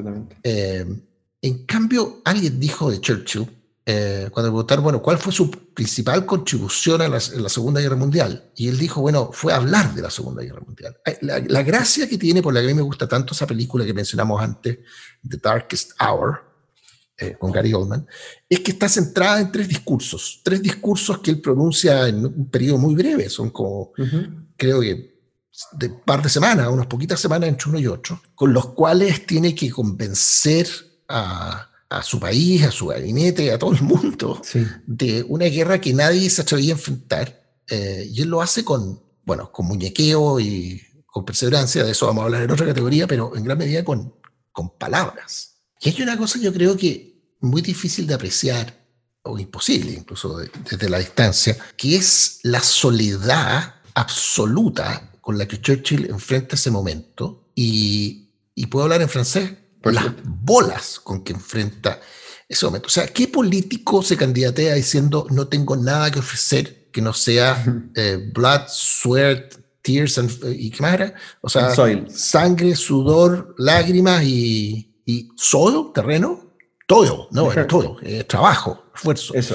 S1: En cambio, alguien dijo de Churchill, cuando le preguntaron, bueno, ¿cuál fue su principal contribución en la Segunda Guerra Mundial? Y él dijo, bueno, fue hablar de la Segunda Guerra Mundial. La gracia que tiene, por la que a mí me gusta tanto esa película que mencionamos antes, The Darkest Hour, con Gary Oldman, es que está centrada en tres discursos que él pronuncia en un periodo muy breve, son como, creo que de un par de semanas, unas poquitas semanas entre uno y otro, con los cuales tiene que convencer a su país, a su gabinete, a todo el mundo, sí, de una guerra que nadie se atrevía a enfrentar, y él lo hace con muñequeo y con perseverancia. De eso vamos a hablar en otra categoría, pero en gran medida con palabras. Y hay una cosa que yo creo que muy difícil de apreciar, o imposible incluso desde la distancia, que es la soledad absoluta con la que Churchill enfrenta ese momento, y puedo hablar en francés, las bolas con que enfrenta ese momento. O sea, ¿qué político se candidatea diciendo no tengo nada que ofrecer que no sea blood, sweat, tears y qué más era? O sea, sangre, sudor, lágrimas y soil, terreno, todo, ¿no? Bueno, todo, trabajo, esfuerzo.
S2: Eso.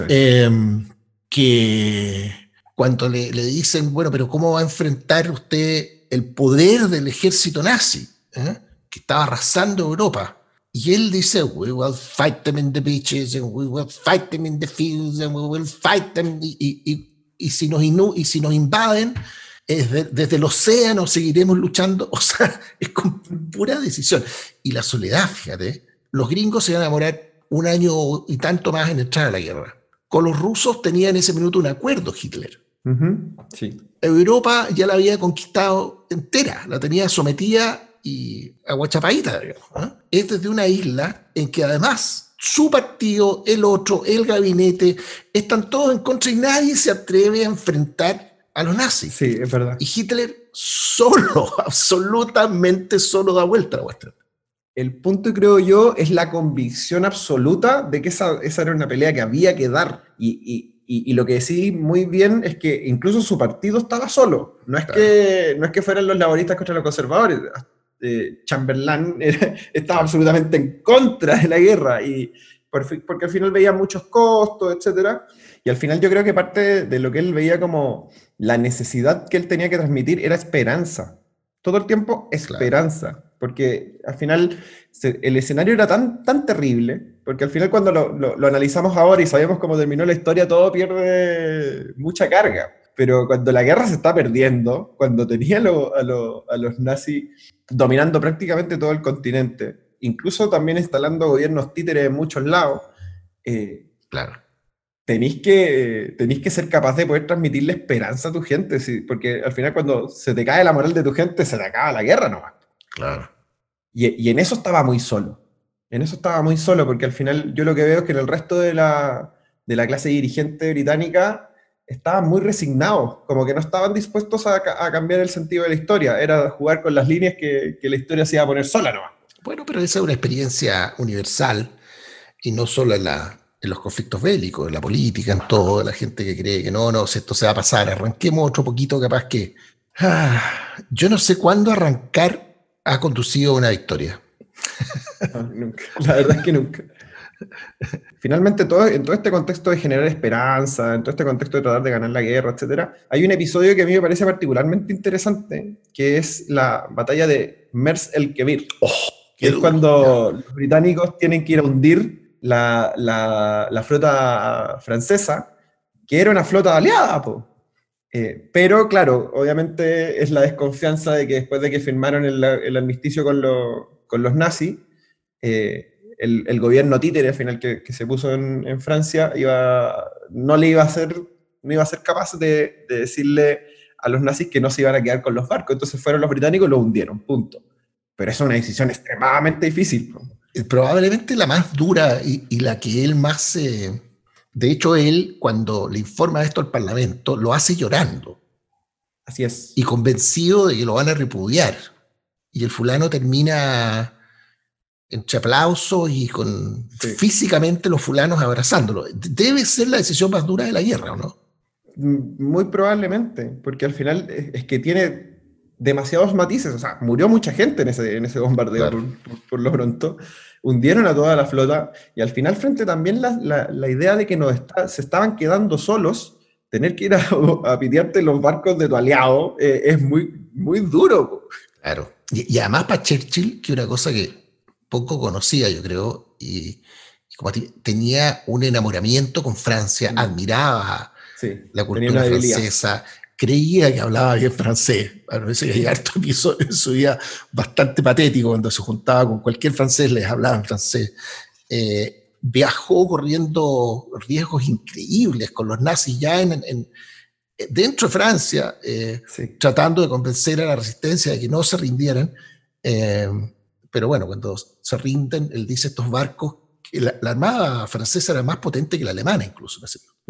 S1: Que cuando le dicen, bueno, pero ¿cómo va a enfrentar usted el poder del ejército nazi? Que estaba arrasando Europa. Y él dice, we will fight them in the beaches, and we will fight them in the fields, and we will fight them, y si nos invaden, desde el océano seguiremos luchando. O sea, es con pura decisión. Y la soledad, fíjate, los gringos se iban a demorar 1 año y tanto más en entrar a la guerra. Con los rusos tenía en ese minuto un acuerdo Hitler.
S2: Sí.
S1: Europa ya la había conquistado entera, la tenía sometida y aguachapadita, digamos, ¿eh? Es desde una isla en que además su partido, el otro, el gabinete, están todos en contra y nadie se atreve a enfrentar a los nazis.
S2: Sí, es verdad.
S1: Y Hitler solo, absolutamente solo, da vuelta a la cuestión.
S2: El punto, creo yo, es la convicción absoluta de que esa era una pelea que había que dar. Y lo que decís muy bien es que incluso su partido estaba solo. No es que fueran los laboristas contra los conservadores. Chamberlain estaba absolutamente en contra de la guerra, porque al final veía muchos costos, etc. Y al final yo creo que parte de lo que él veía como la necesidad que él tenía que transmitir era esperanza. Todo el tiempo esperanza. Claro. Porque al final el escenario era tan terrible, porque al final cuando lo analizamos ahora y sabemos cómo terminó la historia, todo pierde mucha carga. Pero cuando la guerra se está perdiendo, cuando tenía a los nazis dominando prácticamente todo el continente, incluso también instalando gobiernos títeres en muchos lados,
S1: claro,
S2: tenéis que ser capaz de poder transmitirle esperanza a tu gente, ¿sí? Porque al final cuando se te cae la moral de tu gente, se te acaba la guerra nomás.
S1: Claro.
S2: Y en eso estaba muy solo. En eso estaba muy solo, porque al final yo lo que veo es que en el resto de la clase dirigente británica estaban muy resignados, como que no estaban dispuestos a cambiar el sentido de la historia, era jugar con las líneas que la historia se iba a poner sola nomás.
S1: Bueno, pero esa es una experiencia universal y no solo en los conflictos bélicos, en la política, en todo, la gente que cree que no, si esto se va a pasar, arranquemos otro poquito, capaz que... yo no sé cuándo arrancar ha conducido a una victoria.
S2: No, nunca, la verdad es que nunca. Finalmente, en todo este contexto de generar esperanza, en todo este contexto de tratar de ganar la guerra, etcétera, hay un episodio que a mí me parece particularmente interesante, que es la batalla de Mers el Kebir.
S1: Qué
S2: Es
S1: duro.
S2: cuando los británicos tienen que ir a hundir la flota francesa, que era una flota aliada, po. Pero claro, obviamente es la desconfianza de que después de que firmaron el armisticio con los nazis, el gobierno títere al final que se puso en Francia no iba a ser capaz de decirle a los nazis que no se iban a quedar con los barcos. Entonces fueron los británicos y lo hundieron, punto. Pero es una decisión extremadamente difícil, ¿no?
S1: Probablemente la más dura y la que él más... de hecho, él, cuando le informa esto al Parlamento, lo hace llorando
S2: Así es.
S1: y convencido de que lo van a repudiar. Y el fulano termina entre aplausos y
S2: Sí.
S1: físicamente los fulanos abrazándolo. Debe ser la decisión más dura de la guerra, ¿o no?
S2: Muy probablemente, porque al final es que tiene demasiados matices, o sea, murió mucha gente en ese bombardeo,
S1: Claro.
S2: por lo pronto, hundieron a toda la flota, y al final frente también la idea de que se estaban quedando solos, tener que ir a pitearte los barcos de tu aliado es muy, muy duro.
S1: Claro. Y además para Churchill, que una cosa que poco conocía, yo creo, y como tenía un enamoramiento con Francia, admiraba
S2: Sí,
S1: la
S2: tenía
S1: cultura
S2: una debilidad.
S1: francesa, creía que hablaba bien francés. Bueno, ese que hay harto episodio en su vida bastante patético, cuando se juntaba con cualquier francés, les hablaba en francés. Viajó corriendo riesgos increíbles con los nazis ya dentro de Francia,
S2: Sí.
S1: tratando de convencer a la resistencia de que no se rindieran. Pero bueno, cuando se rinden, él dice estos barcos, que la armada francesa era más potente que la alemana incluso.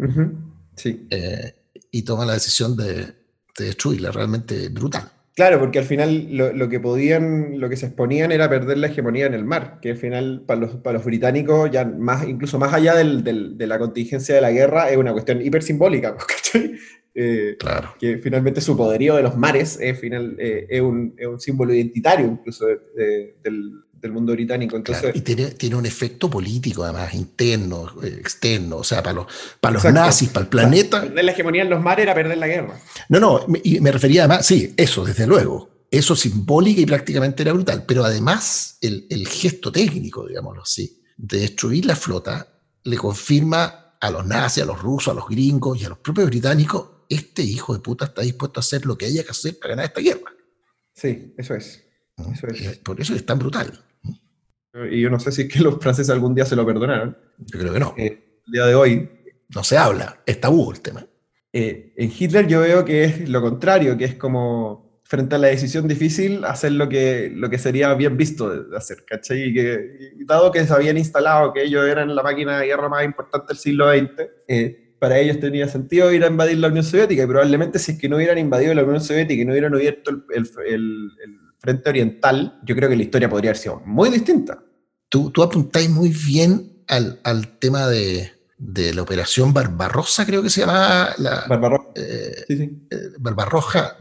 S2: Sí.
S1: Y toma la decisión de destruirla, realmente brutal.
S2: Claro, porque al final lo que se exponían era perder la hegemonía en el mar, que al final para los británicos, ya incluso más allá de la contingencia de la guerra, es una cuestión hiper simbólica, ¿cachai?
S1: Claro.
S2: Que finalmente su poderío de los mares es un símbolo identitario incluso del mundo británico. Entonces,
S1: Claro. Y tiene un efecto político, además, interno, externo, o sea, para los
S2: exacto.
S1: nazis, para el planeta.
S2: O sea, perder la hegemonía en los mares era perder la guerra.
S1: No, y me refería además, sí, eso, desde luego. Eso simbólica y prácticamente era brutal. Pero además, el gesto técnico, digámoslo así, de destruir la flota, le confirma a los nazis, a los rusos, a los gringos y a los propios británicos, este hijo de puta está dispuesto a hacer lo que haya que hacer para ganar esta guerra.
S2: Sí, eso es. Eso es.
S1: Por eso es tan brutal.
S2: Y yo no sé si es que los franceses algún día se lo perdonaron.
S1: Yo creo que no.
S2: El día de hoy.
S1: No se habla, es tabú el tema.
S2: En Hitler yo veo que es lo contrario, que es como frente a la decisión difícil hacer lo que sería bien visto de hacer, ¿cachai? Y dado que se habían instalado que ellos eran la máquina de guerra más importante del siglo XX, para ellos tenía sentido ir a invadir la Unión Soviética, y probablemente si es que no hubieran invadido la Unión Soviética y no hubieran abierto el frente oriental, yo creo que la historia podría haber sido muy distinta.
S1: Tú apuntáis muy bien al tema de la operación Barbarossa, creo que se llamaba.
S2: Barbarroja. Sí.
S1: Barbarroja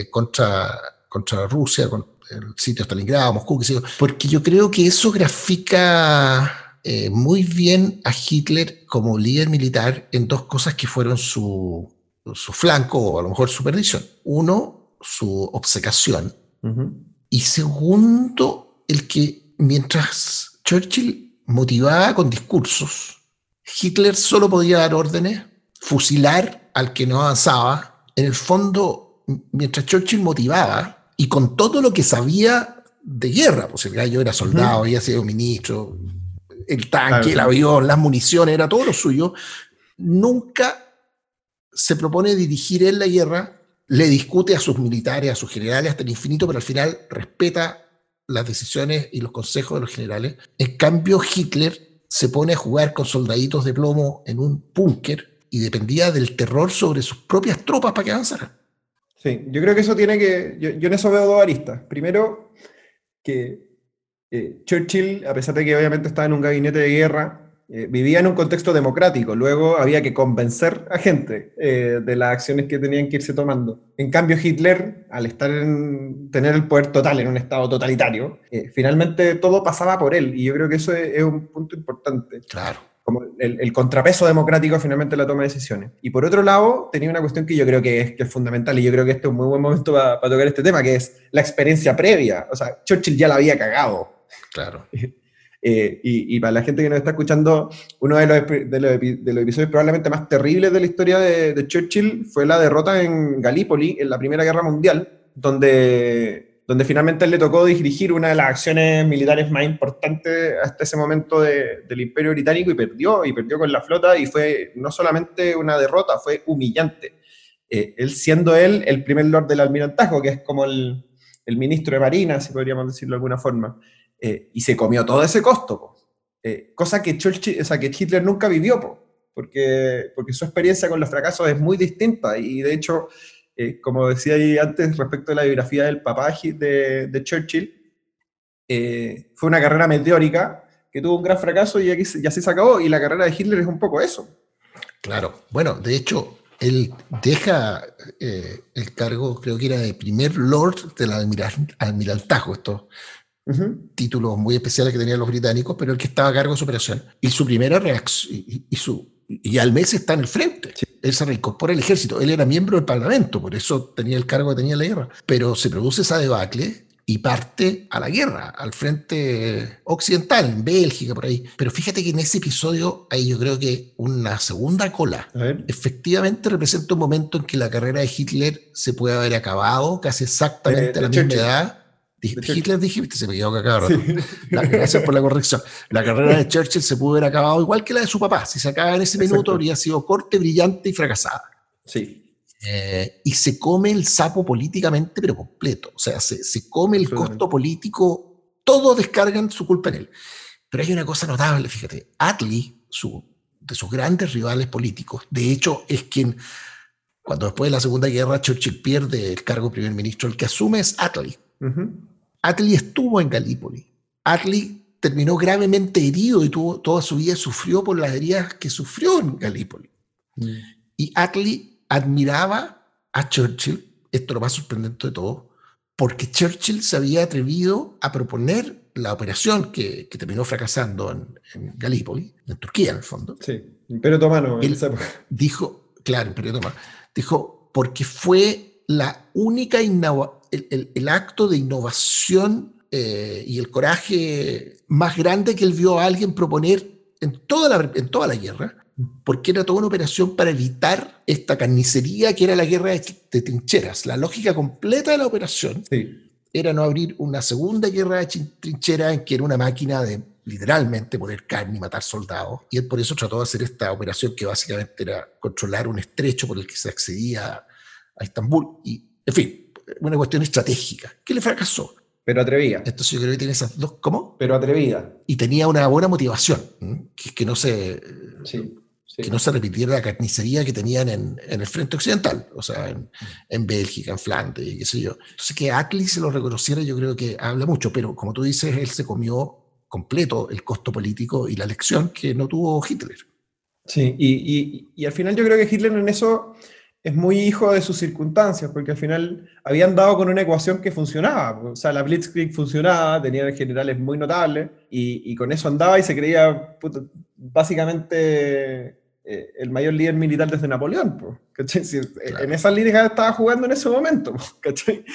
S1: contra Rusia, con el sitio de Stalingrado, Moscú, qué sé yo. Porque yo creo que eso grafica muy bien a Hitler como líder militar en dos cosas que fueron su flanco o a lo mejor su perdición. Uno, su obcecación. Y segundo, el que mientras Churchill motivaba con discursos, Hitler solo podía dar órdenes, fusilar al que no avanzaba. En el fondo, mientras Churchill motivaba, y con todo lo que sabía de guerra, pues el gallo era soldado, había sido ministro, el tanque, el avión, las municiones, era todo lo suyo, nunca se propone dirigir él la guerra, le discute a sus militares, a sus generales hasta el infinito, pero al final respeta las decisiones y los consejos de los generales. En cambio, Hitler se pone a jugar con soldaditos de plomo en un búnker y dependía del terror sobre sus propias tropas para que avanzaran.
S2: Sí, yo creo que eso tiene que... Yo en eso veo dos aristas. Primero, que Churchill, a pesar de que obviamente estaba en un gabinete de guerra, vivía en un contexto democrático. Luego había que convencer a gente de las acciones que tenían que irse tomando. En cambio, Hitler, al tener el poder total en un estado totalitario, finalmente todo pasaba por él. Y yo creo que eso es un punto importante.
S1: Claro.
S2: Como el contrapeso democrático finalmente la toma de decisiones. Y por otro lado, tenía una cuestión que yo creo que es fundamental, y yo creo que este es un muy buen momento para tocar este tema, que es la experiencia previa. O sea, Churchill ya la había cagado.
S1: Claro.
S2: Y para la gente que nos está escuchando, uno de los episodios probablemente más terribles de la historia de Churchill fue la derrota en Galípoli en la Primera Guerra Mundial, donde finalmente él le tocó dirigir una de las acciones militares más importantes hasta ese momento del Imperio Británico, y perdió con la flota, y fue no solamente una derrota, fue humillante. Él siendo el primer lord del almirantazgo, que es como el ministro de Marina, si podríamos decirlo de alguna forma, y se comió todo ese costo, cosa que Hitler nunca vivió, porque su experiencia con los fracasos es muy distinta, y de hecho, como decía ahí antes respecto de la biografía del papá de Churchill, fue una carrera meteórica que tuvo un gran fracaso y así se acabó, y la carrera de Hitler es un poco eso.
S1: Claro, bueno, de hecho, él deja el cargo, creo que era de primer lord del almirantazgo, estos títulos muy especiales que tenían los británicos, pero el que estaba a cargo de su operación. Y su primera reacción, y al mes está en el frente. Sí. Él se reincorpora al ejército. Él era miembro del parlamento, por eso tenía el cargo que tenía en la guerra. Pero se produce esa debacle y parte a la guerra, al frente occidental, en Bélgica, por ahí. Pero fíjate que en ese episodio hay, yo creo que una segunda cola. Efectivamente representa un momento en que la carrera de Hitler se puede haber acabado casi exactamente a la misma edad. Hitler dijiste, se me quedó cacado. Sí. Gracias por la corrección. La carrera de Churchill se pudo haber acabado igual que la de su papá. Si se acaba en ese minuto, habría sido corta, brillante y fracasada.
S2: Sí.
S1: Y se come el sapo políticamente, pero completo. O sea, se come el costo político. Todos descargan su culpa en él. Pero hay una cosa notable, fíjate. Attlee, de sus grandes rivales políticos, de hecho, es quien, cuando después de la Segunda Guerra Churchill pierde el cargo de primer ministro, el que asume es Attlee. Attlee estuvo en Galípoli. Attlee terminó gravemente herido y toda su vida sufrió por las heridas que sufrió en Galípoli. Y Attlee admiraba a Churchill, esto es lo más sorprendente de todo, porque Churchill se había atrevido a proponer la operación que terminó fracasando en Galípoli, en Turquía en el fondo.
S2: Sí, Imperio Otomano.
S1: Él dijo, claro, Imperio Otomano, dijo, porque fue la única el acto de innovación y el coraje más grande que él vio a alguien proponer en toda la guerra, porque era toda una operación para evitar esta carnicería que era la guerra de trincheras. La lógica completa de la operación era no abrir una segunda guerra de trincheras en que era una máquina de literalmente poner carne y matar soldados. Y él por eso trató de hacer esta operación que básicamente era controlar un estrecho por el que se accedía a Estambul. Y, en fin, una cuestión estratégica, que le fracasó.
S2: Pero atrevida.
S1: Entonces yo creo que tiene esas dos, ¿cómo?
S2: Pero atrevida.
S1: Y tenía una buena motivación, que no se repitiera la carnicería que tenían en el frente occidental, o sea, en Bélgica, en Flandes, y qué sé yo. Entonces que Attlee se lo reconociera, yo creo que habla mucho, pero como tú dices, él se comió completo el costo político y la lección que no tuvo Hitler.
S2: Sí, y al final yo creo que Hitler en eso es muy hijo de sus circunstancias, porque al final habían dado con una ecuación que funcionaba. O sea, la Blitzkrieg funcionaba, tenían generales muy notables, y con eso andaba y se creía básicamente el mayor líder militar desde Napoleón. ¿Cachai? Claro. En esas líneas estaba jugando en ese momento. ¿Cachai?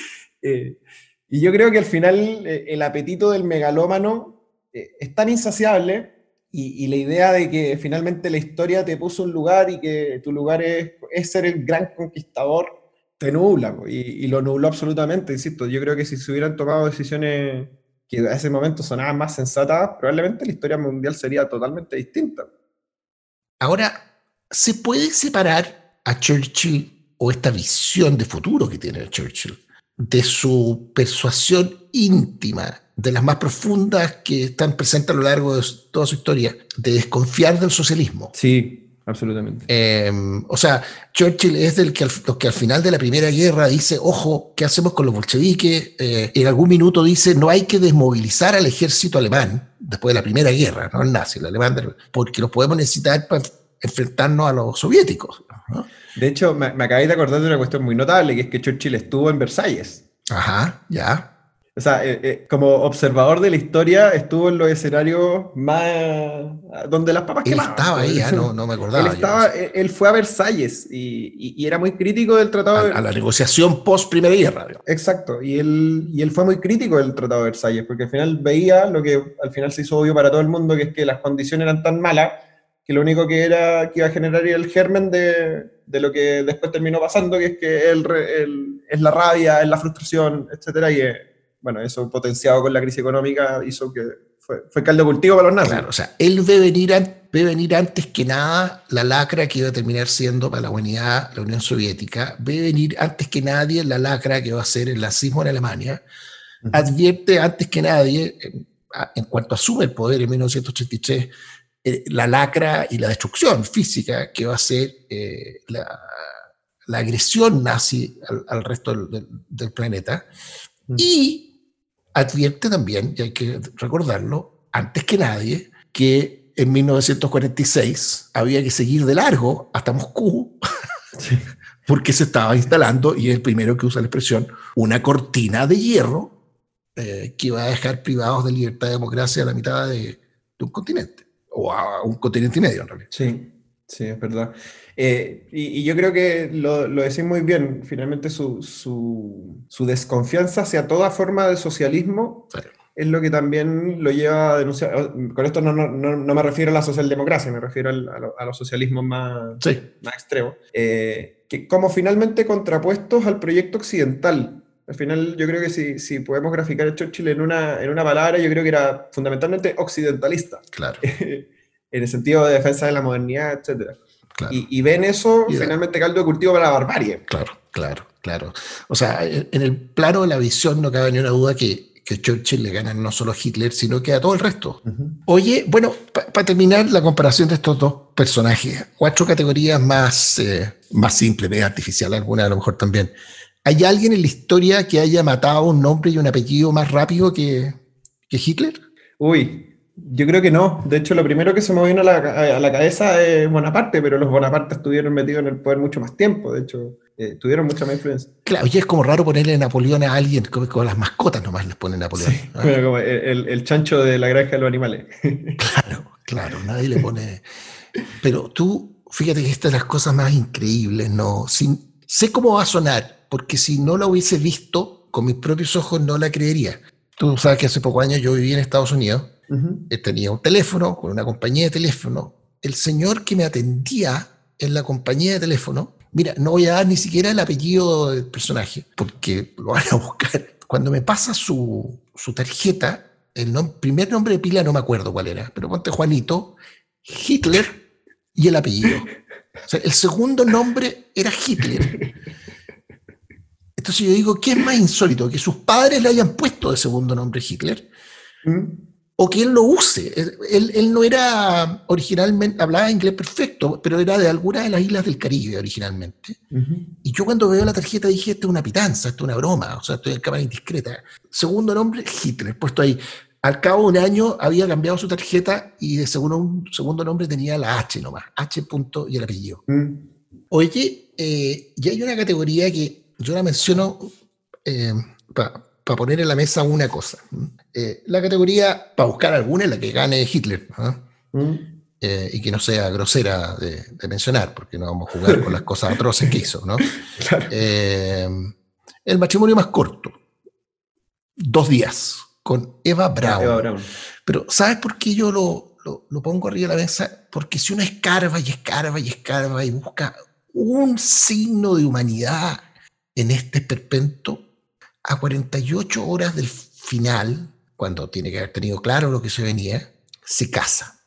S2: Y yo creo que al final el apetito del megalómano es tan insaciable. Y la idea de que finalmente la historia te puso un lugar y que tu lugar es ser el gran conquistador, te nubla, y lo nubló absolutamente, insisto. Yo creo que si se hubieran tomado decisiones que a ese momento sonaban más sensatas, probablemente la historia mundial sería totalmente distinta.
S1: Ahora, ¿se puede separar a Churchill o esta visión de futuro que tiene Churchill de su persuasión íntima, de las más profundas que están presentes a lo largo de toda su historia, de desconfiar del socialismo.
S2: Sí, absolutamente.
S1: O sea, Churchill es los que al final de la Primera Guerra dice, ojo, ¿qué hacemos con los bolcheviques? En algún minuto dice, no hay que desmovilizar al ejército alemán después de la Primera Guerra, no el nazi, el alemán, porque los podemos necesitar para enfrentarnos a los soviéticos, ¿no?
S2: De hecho, me acabé de acordar de una cuestión muy notable, que es que Churchill estuvo en Versalles.
S1: Ajá, ya.
S2: O sea, como observador de la historia, estuvo en los escenarios más donde las papas
S1: Él
S2: quemaban.
S1: estaba ahí, no me acordaba.
S2: Él fue a Versalles y era muy crítico del tratado.
S1: A la negociación post Primera Guerra.
S2: Exacto, y él fue muy crítico del tratado de Versalles, porque al final veía lo que al final se hizo obvio para todo el mundo, que es que las condiciones eran tan malas que lo único que iba a generar era el germen de lo que después terminó pasando, que es que es la rabia, es la frustración, etcétera, y bueno, eso potenciado con la crisis económica hizo que fue caldo de cultivo para los nazis.
S1: Claro, o sea, él ve venir antes que nada la lacra que iba a terminar siendo para la humanidad la Unión Soviética, ve venir antes que nadie la lacra que va a ser el nazismo en Alemania, advierte antes que nadie, en cuanto asume el poder en 1983, la lacra y la destrucción física que va a ser la agresión nazi al resto del planeta, y advierte también, y hay que recordarlo, antes que nadie, que en 1946 había que seguir de largo hasta Moscú, sí, porque se estaba instalando, y es el primero que usa la expresión, una cortina de hierro que iba a dejar privados de libertad y democracia a la mitad de un continente, o a un continente y medio en realidad.
S2: Sí, sí, es verdad. Y yo creo que lo decís muy bien. Finalmente su desconfianza hacia toda forma de socialismo, sí, es lo que también lo lleva a denunciar. Con esto no me refiero a la socialdemocracia, me refiero a los socialismos más, sí, más extremos, que como finalmente contrapuestos al proyecto occidental. Al final yo creo que si podemos graficar a Churchill en una palabra, yo creo que era fundamentalmente occidentalista.
S1: Claro.
S2: En el sentido de defensa de la modernidad, etc. Claro. Y ven eso finalmente caldo de cultivo para la barbarie.
S1: Claro. O sea, en el plano de la visión no cabe ni una duda que Churchill le gana no solo a Hitler, sino que a todo el resto. Oye, bueno, para terminar la comparación de estos dos personajes, 4 categorías más simples, medio artificial, alguna a lo mejor también. ¿Hay alguien en la historia que haya matado un nombre y un apellido más rápido que Hitler?
S2: Uy, yo creo que no. De hecho, lo primero que se me vino a la cabeza es Bonaparte, pero los Bonaparte estuvieron metidos en el poder mucho más tiempo. De hecho, tuvieron mucha más influencia.
S1: Claro, y es como raro ponerle Napoleón a alguien, como las mascotas nomás les ponen Napoleón.
S2: Sí, bueno, como el chancho de la granja de los animales.
S1: Claro, nadie le pone... Pero tú, fíjate que esta es de las cosas más increíbles, ¿no? Sé cómo va a sonar, porque si no la hubiese visto con mis propios ojos no la creería. Tú sabes que hace pocos años yo viví en Estados Unidos. Tenía un teléfono con una compañía de teléfono. El señor que me atendía en la compañía de teléfono, mira, no voy a dar ni siquiera el apellido del personaje, porque lo van a buscar. Cuando me pasa su tarjeta, primer nombre de pila no me acuerdo cuál era, pero ponte Juanito, Hitler y el apellido. O sea, el segundo nombre era Hitler. Entonces yo digo, ¿qué es más insólito? ¿Que sus padres le hayan puesto de segundo nombre Hitler? O que él lo use. Él no era originalmente, hablaba inglés perfecto, pero era de alguna de las islas del Caribe originalmente. Y yo cuando veo la tarjeta dije, esto es una pitanza, esto es una broma, o sea, estoy en cámara indiscreta. Segundo nombre, Hitler, puesto ahí. Al cabo de un año había cambiado su tarjeta y de segundo nombre tenía la H nomás, H. y el apellido. Oye, y hay una categoría que yo la menciono para poner en la mesa una cosa. La categoría, para buscar alguna, en la que gane Hitler, y que no sea grosera de mencionar, porque no vamos a jugar con las cosas atroces que hizo, ¿no? Claro. El matrimonio más corto, 2 días, con Eva Braun. Pero ¿sabes por qué yo lo pongo arriba de la mesa? Porque si uno escarba y busca un signo de humanidad en este esperpento, a 48 horas del final, cuando tiene que haber tenido claro lo que se venía, se casa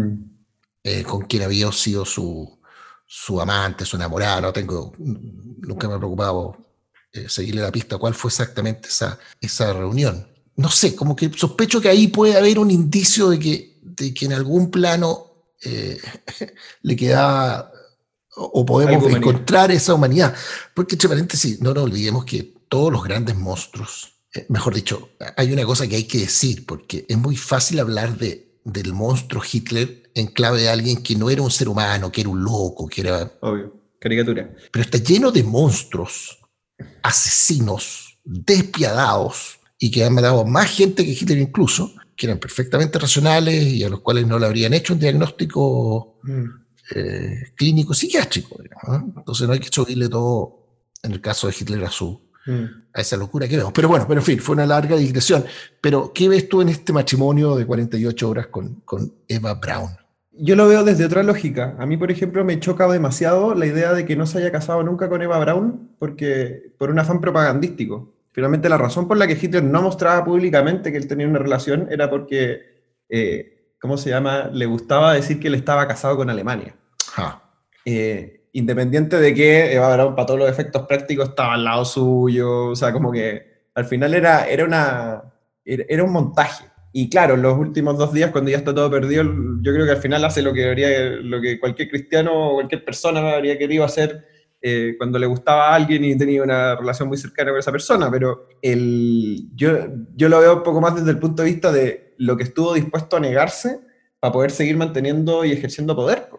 S1: con quien había sido su amante, su enamorada. Nunca me he preocupado seguirle la pista a cuál fue exactamente esa reunión. No sé, como que sospecho que ahí puede haber un indicio de que en algún plano le quedaba o podemos encontrar esa humanidad. Porque, entre paréntesis, no nos olvidemos que todos los grandes monstruos, mejor dicho, hay una cosa que hay que decir, porque es muy fácil hablar del monstruo Hitler en clave de alguien que no era un ser humano, que era un loco, que era...
S2: Obvio, caricatura.
S1: Pero está lleno de monstruos, asesinos, despiadados, y que han matado a más gente que Hitler incluso, que eran perfectamente racionales y a los cuales no le habrían hecho un diagnóstico clínico psiquiátrico, digamos, ¿no? Entonces no hay que chocarle todo, en el caso de Hitler, a esa locura que vemos. Pero bueno, en fin, fue una larga digresión. Pero, ¿qué ves tú en este matrimonio de 48 horas con Eva Braun?
S2: Yo lo veo desde otra lógica. A mí, por ejemplo, me choca demasiado la idea de que no se haya casado nunca con Eva Braun por un afán propagandístico. Finalmente, la razón por la que Hitler no mostraba públicamente que él tenía una relación era porque, ¿cómo se llama? Le gustaba decir que él estaba casado con Alemania. Independiente de que Eva Braun, para todos los efectos prácticos, estaba al lado suyo. O sea, como que al final era un montaje. Y claro, en los últimos 2 días, cuando ya está todo perdido, yo creo que al final hace lo que cualquier cristiano o cualquier persona habría querido hacer cuando le gustaba a alguien y tenía una relación muy cercana con esa persona. Pero yo lo veo un poco más desde el punto de vista de lo que estuvo dispuesto a negarse para poder seguir manteniendo y ejerciendo poder.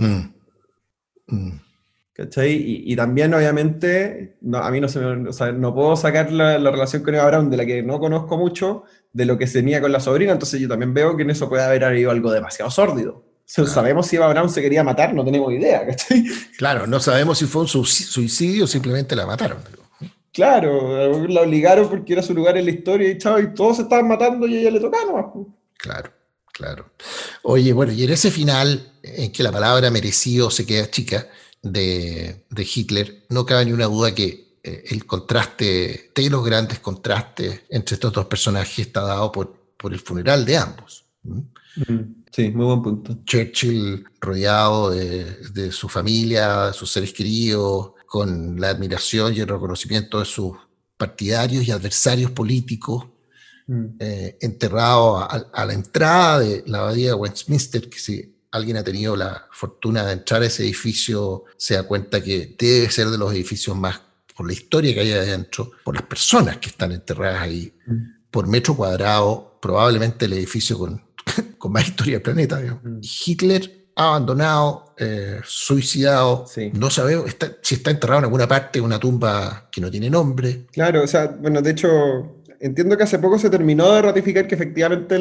S2: ¿Cachai? Y también, obviamente, a mí no puedo sacar la relación con Eva Braun, de la que no conozco mucho, de lo que se tenía con la sobrina, entonces yo también veo que en eso puede haber habido algo demasiado sórdido. Claro. Sabemos si Eva Braun se quería matar, no tenemos idea, ¿cachai?
S1: Claro, no sabemos si fue un suicidio o simplemente la mataron.
S2: Claro, la obligaron porque era su lugar en la historia y chao, y todos se estaban matando y a ella le tocaba nomás.
S1: Claro. Oye, bueno, y en ese final, en que la palabra merecido se queda chica de Hitler, no cabe ni una duda que el contraste, de los grandes contrastes entre estos dos personajes está dado por el funeral de ambos.
S2: Sí, muy buen punto.
S1: Churchill rodeado de su familia, de sus seres queridos, con la admiración y el reconocimiento de sus partidarios y adversarios políticos, enterrado a la entrada de la abadía de Westminster, que si alguien ha tenido la fortuna de entrar a ese edificio, se da cuenta que debe ser de los edificios más, por la historia que hay adentro, por las personas que están enterradas ahí, por metro cuadrado, probablemente el edificio con más historia del planeta. Hitler abandonado, suicidado, sí. No sabemos si está enterrado en alguna parte de una tumba que no tiene nombre.
S2: Claro, o sea, bueno, de hecho, entiendo que hace poco se terminó de ratificar que efectivamente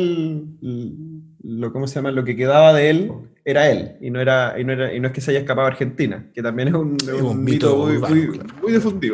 S2: lo que quedaba de él era él, y no es que se haya escapado a Argentina, que también es un mito muy difundido.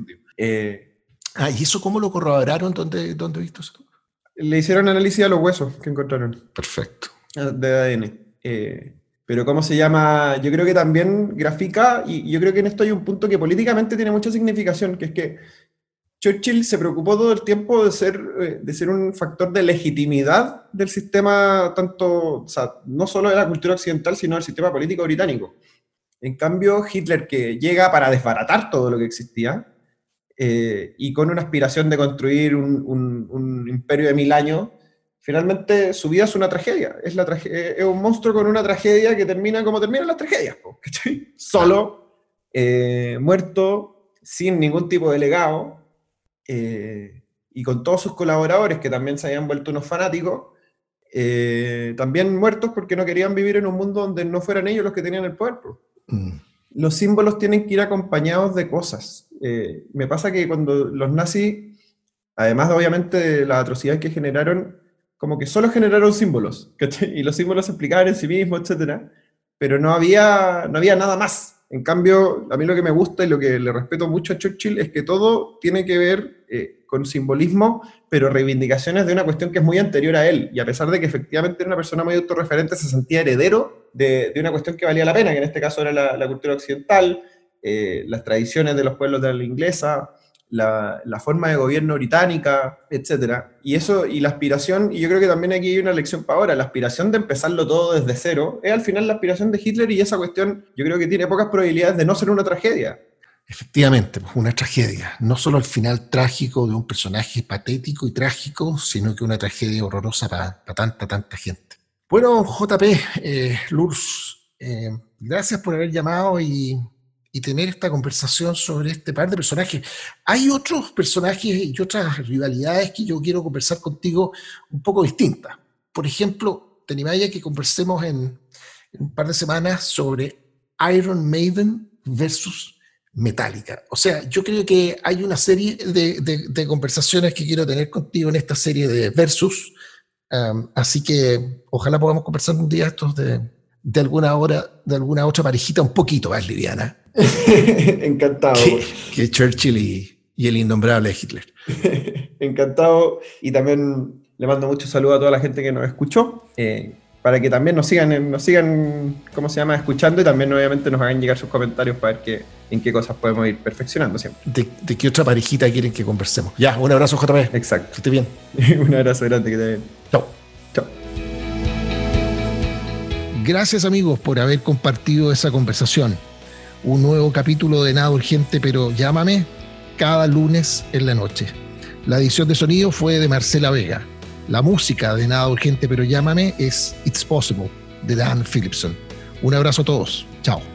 S1: ¿Y eso cómo lo corroboraron? ¿Dónde viste eso?
S2: Le hicieron análisis a los huesos que encontraron.
S1: Perfecto.
S2: De ADN. Pero ¿cómo se llama? Yo creo que también grafica, y yo creo que en esto hay un punto que políticamente tiene mucha significación, que es que Churchill se preocupó todo el tiempo de ser un factor de legitimidad del sistema, tanto, o sea, no solo de la cultura occidental, sino del sistema político británico. En cambio, Hitler, que llega para desbaratar todo lo que existía, y con una aspiración de construir un imperio de 1000 años, finalmente su vida es una tragedia. Es un monstruo con una tragedia que termina como terminan las tragedias, ¿cachai? Solo, muerto, sin ningún tipo de legado, y con todos sus colaboradores que también se habían vuelto unos fanáticos, también muertos porque no querían vivir en un mundo donde no fueran ellos los que tenían el poder. Los símbolos tienen que ir acompañados de cosas. Me pasa que cuando los nazis, además de obviamente las atrocidades que generaron, como que solo generaron símbolos, ¿cachai? Y los símbolos se explicaban en sí mismos, etc. Pero no había nada más. En cambio, a mí lo que me gusta y lo que le respeto mucho a Churchill es que todo tiene que ver con simbolismo, pero reivindicaciones de una cuestión que es muy anterior a él. Y a pesar de que efectivamente era una persona muy autorreferente, se sentía heredero de una cuestión que valía la pena, que en este caso era la cultura occidental, las tradiciones de los pueblos de habla inglesa, la forma de gobierno británica, etc. Y la aspiración, y yo creo que también aquí hay una lección para ahora, la aspiración de empezarlo todo desde cero, es al final la aspiración de Hitler, y esa cuestión yo creo que tiene pocas probabilidades de no ser una tragedia.
S1: Efectivamente, pues una tragedia. No solo el final trágico de un personaje patético y trágico, sino que una tragedia horrorosa para tanta gente. Bueno, JP, Lurs, gracias por haber llamado y tener esta conversación sobre este par de personajes. Hay otros personajes y otras rivalidades que yo quiero conversar contigo un poco distintas. Por ejemplo, te animaría que conversemos en un par de semanas sobre Iron Maiden versus Metallica. O sea, yo creo que hay una serie de conversaciones que quiero tener contigo en esta serie de versus, así que ojalá podamos conversar un día estos de alguna otra parejita un poquito más liviana.
S2: Encantado.
S1: Que Churchill y el innombrable Hitler.
S2: Encantado, y también le mando muchos saludos a toda la gente que nos escuchó, para que también nos sigan, ¿cómo se llama?, escuchando, y también obviamente nos hagan llegar sus comentarios para ver en qué cosas podemos ir perfeccionando siempre.
S1: ¿De qué otra parejita quieren que conversemos? Ya, un abrazo, JP.
S2: Exacto.
S1: Que esté bien.
S2: Un abrazo grande, que te bien.
S1: Chao.
S2: Chao.
S1: Gracias, amigos, por haber compartido esa conversación. Un nuevo capítulo de Nada Urgente, pero llámame, cada lunes en la noche. La edición de sonido fue de Marcela Vega. La música de Nada Urgente, pero llámame es It's Possible, de Dan Philipson. Un abrazo a todos. Chao.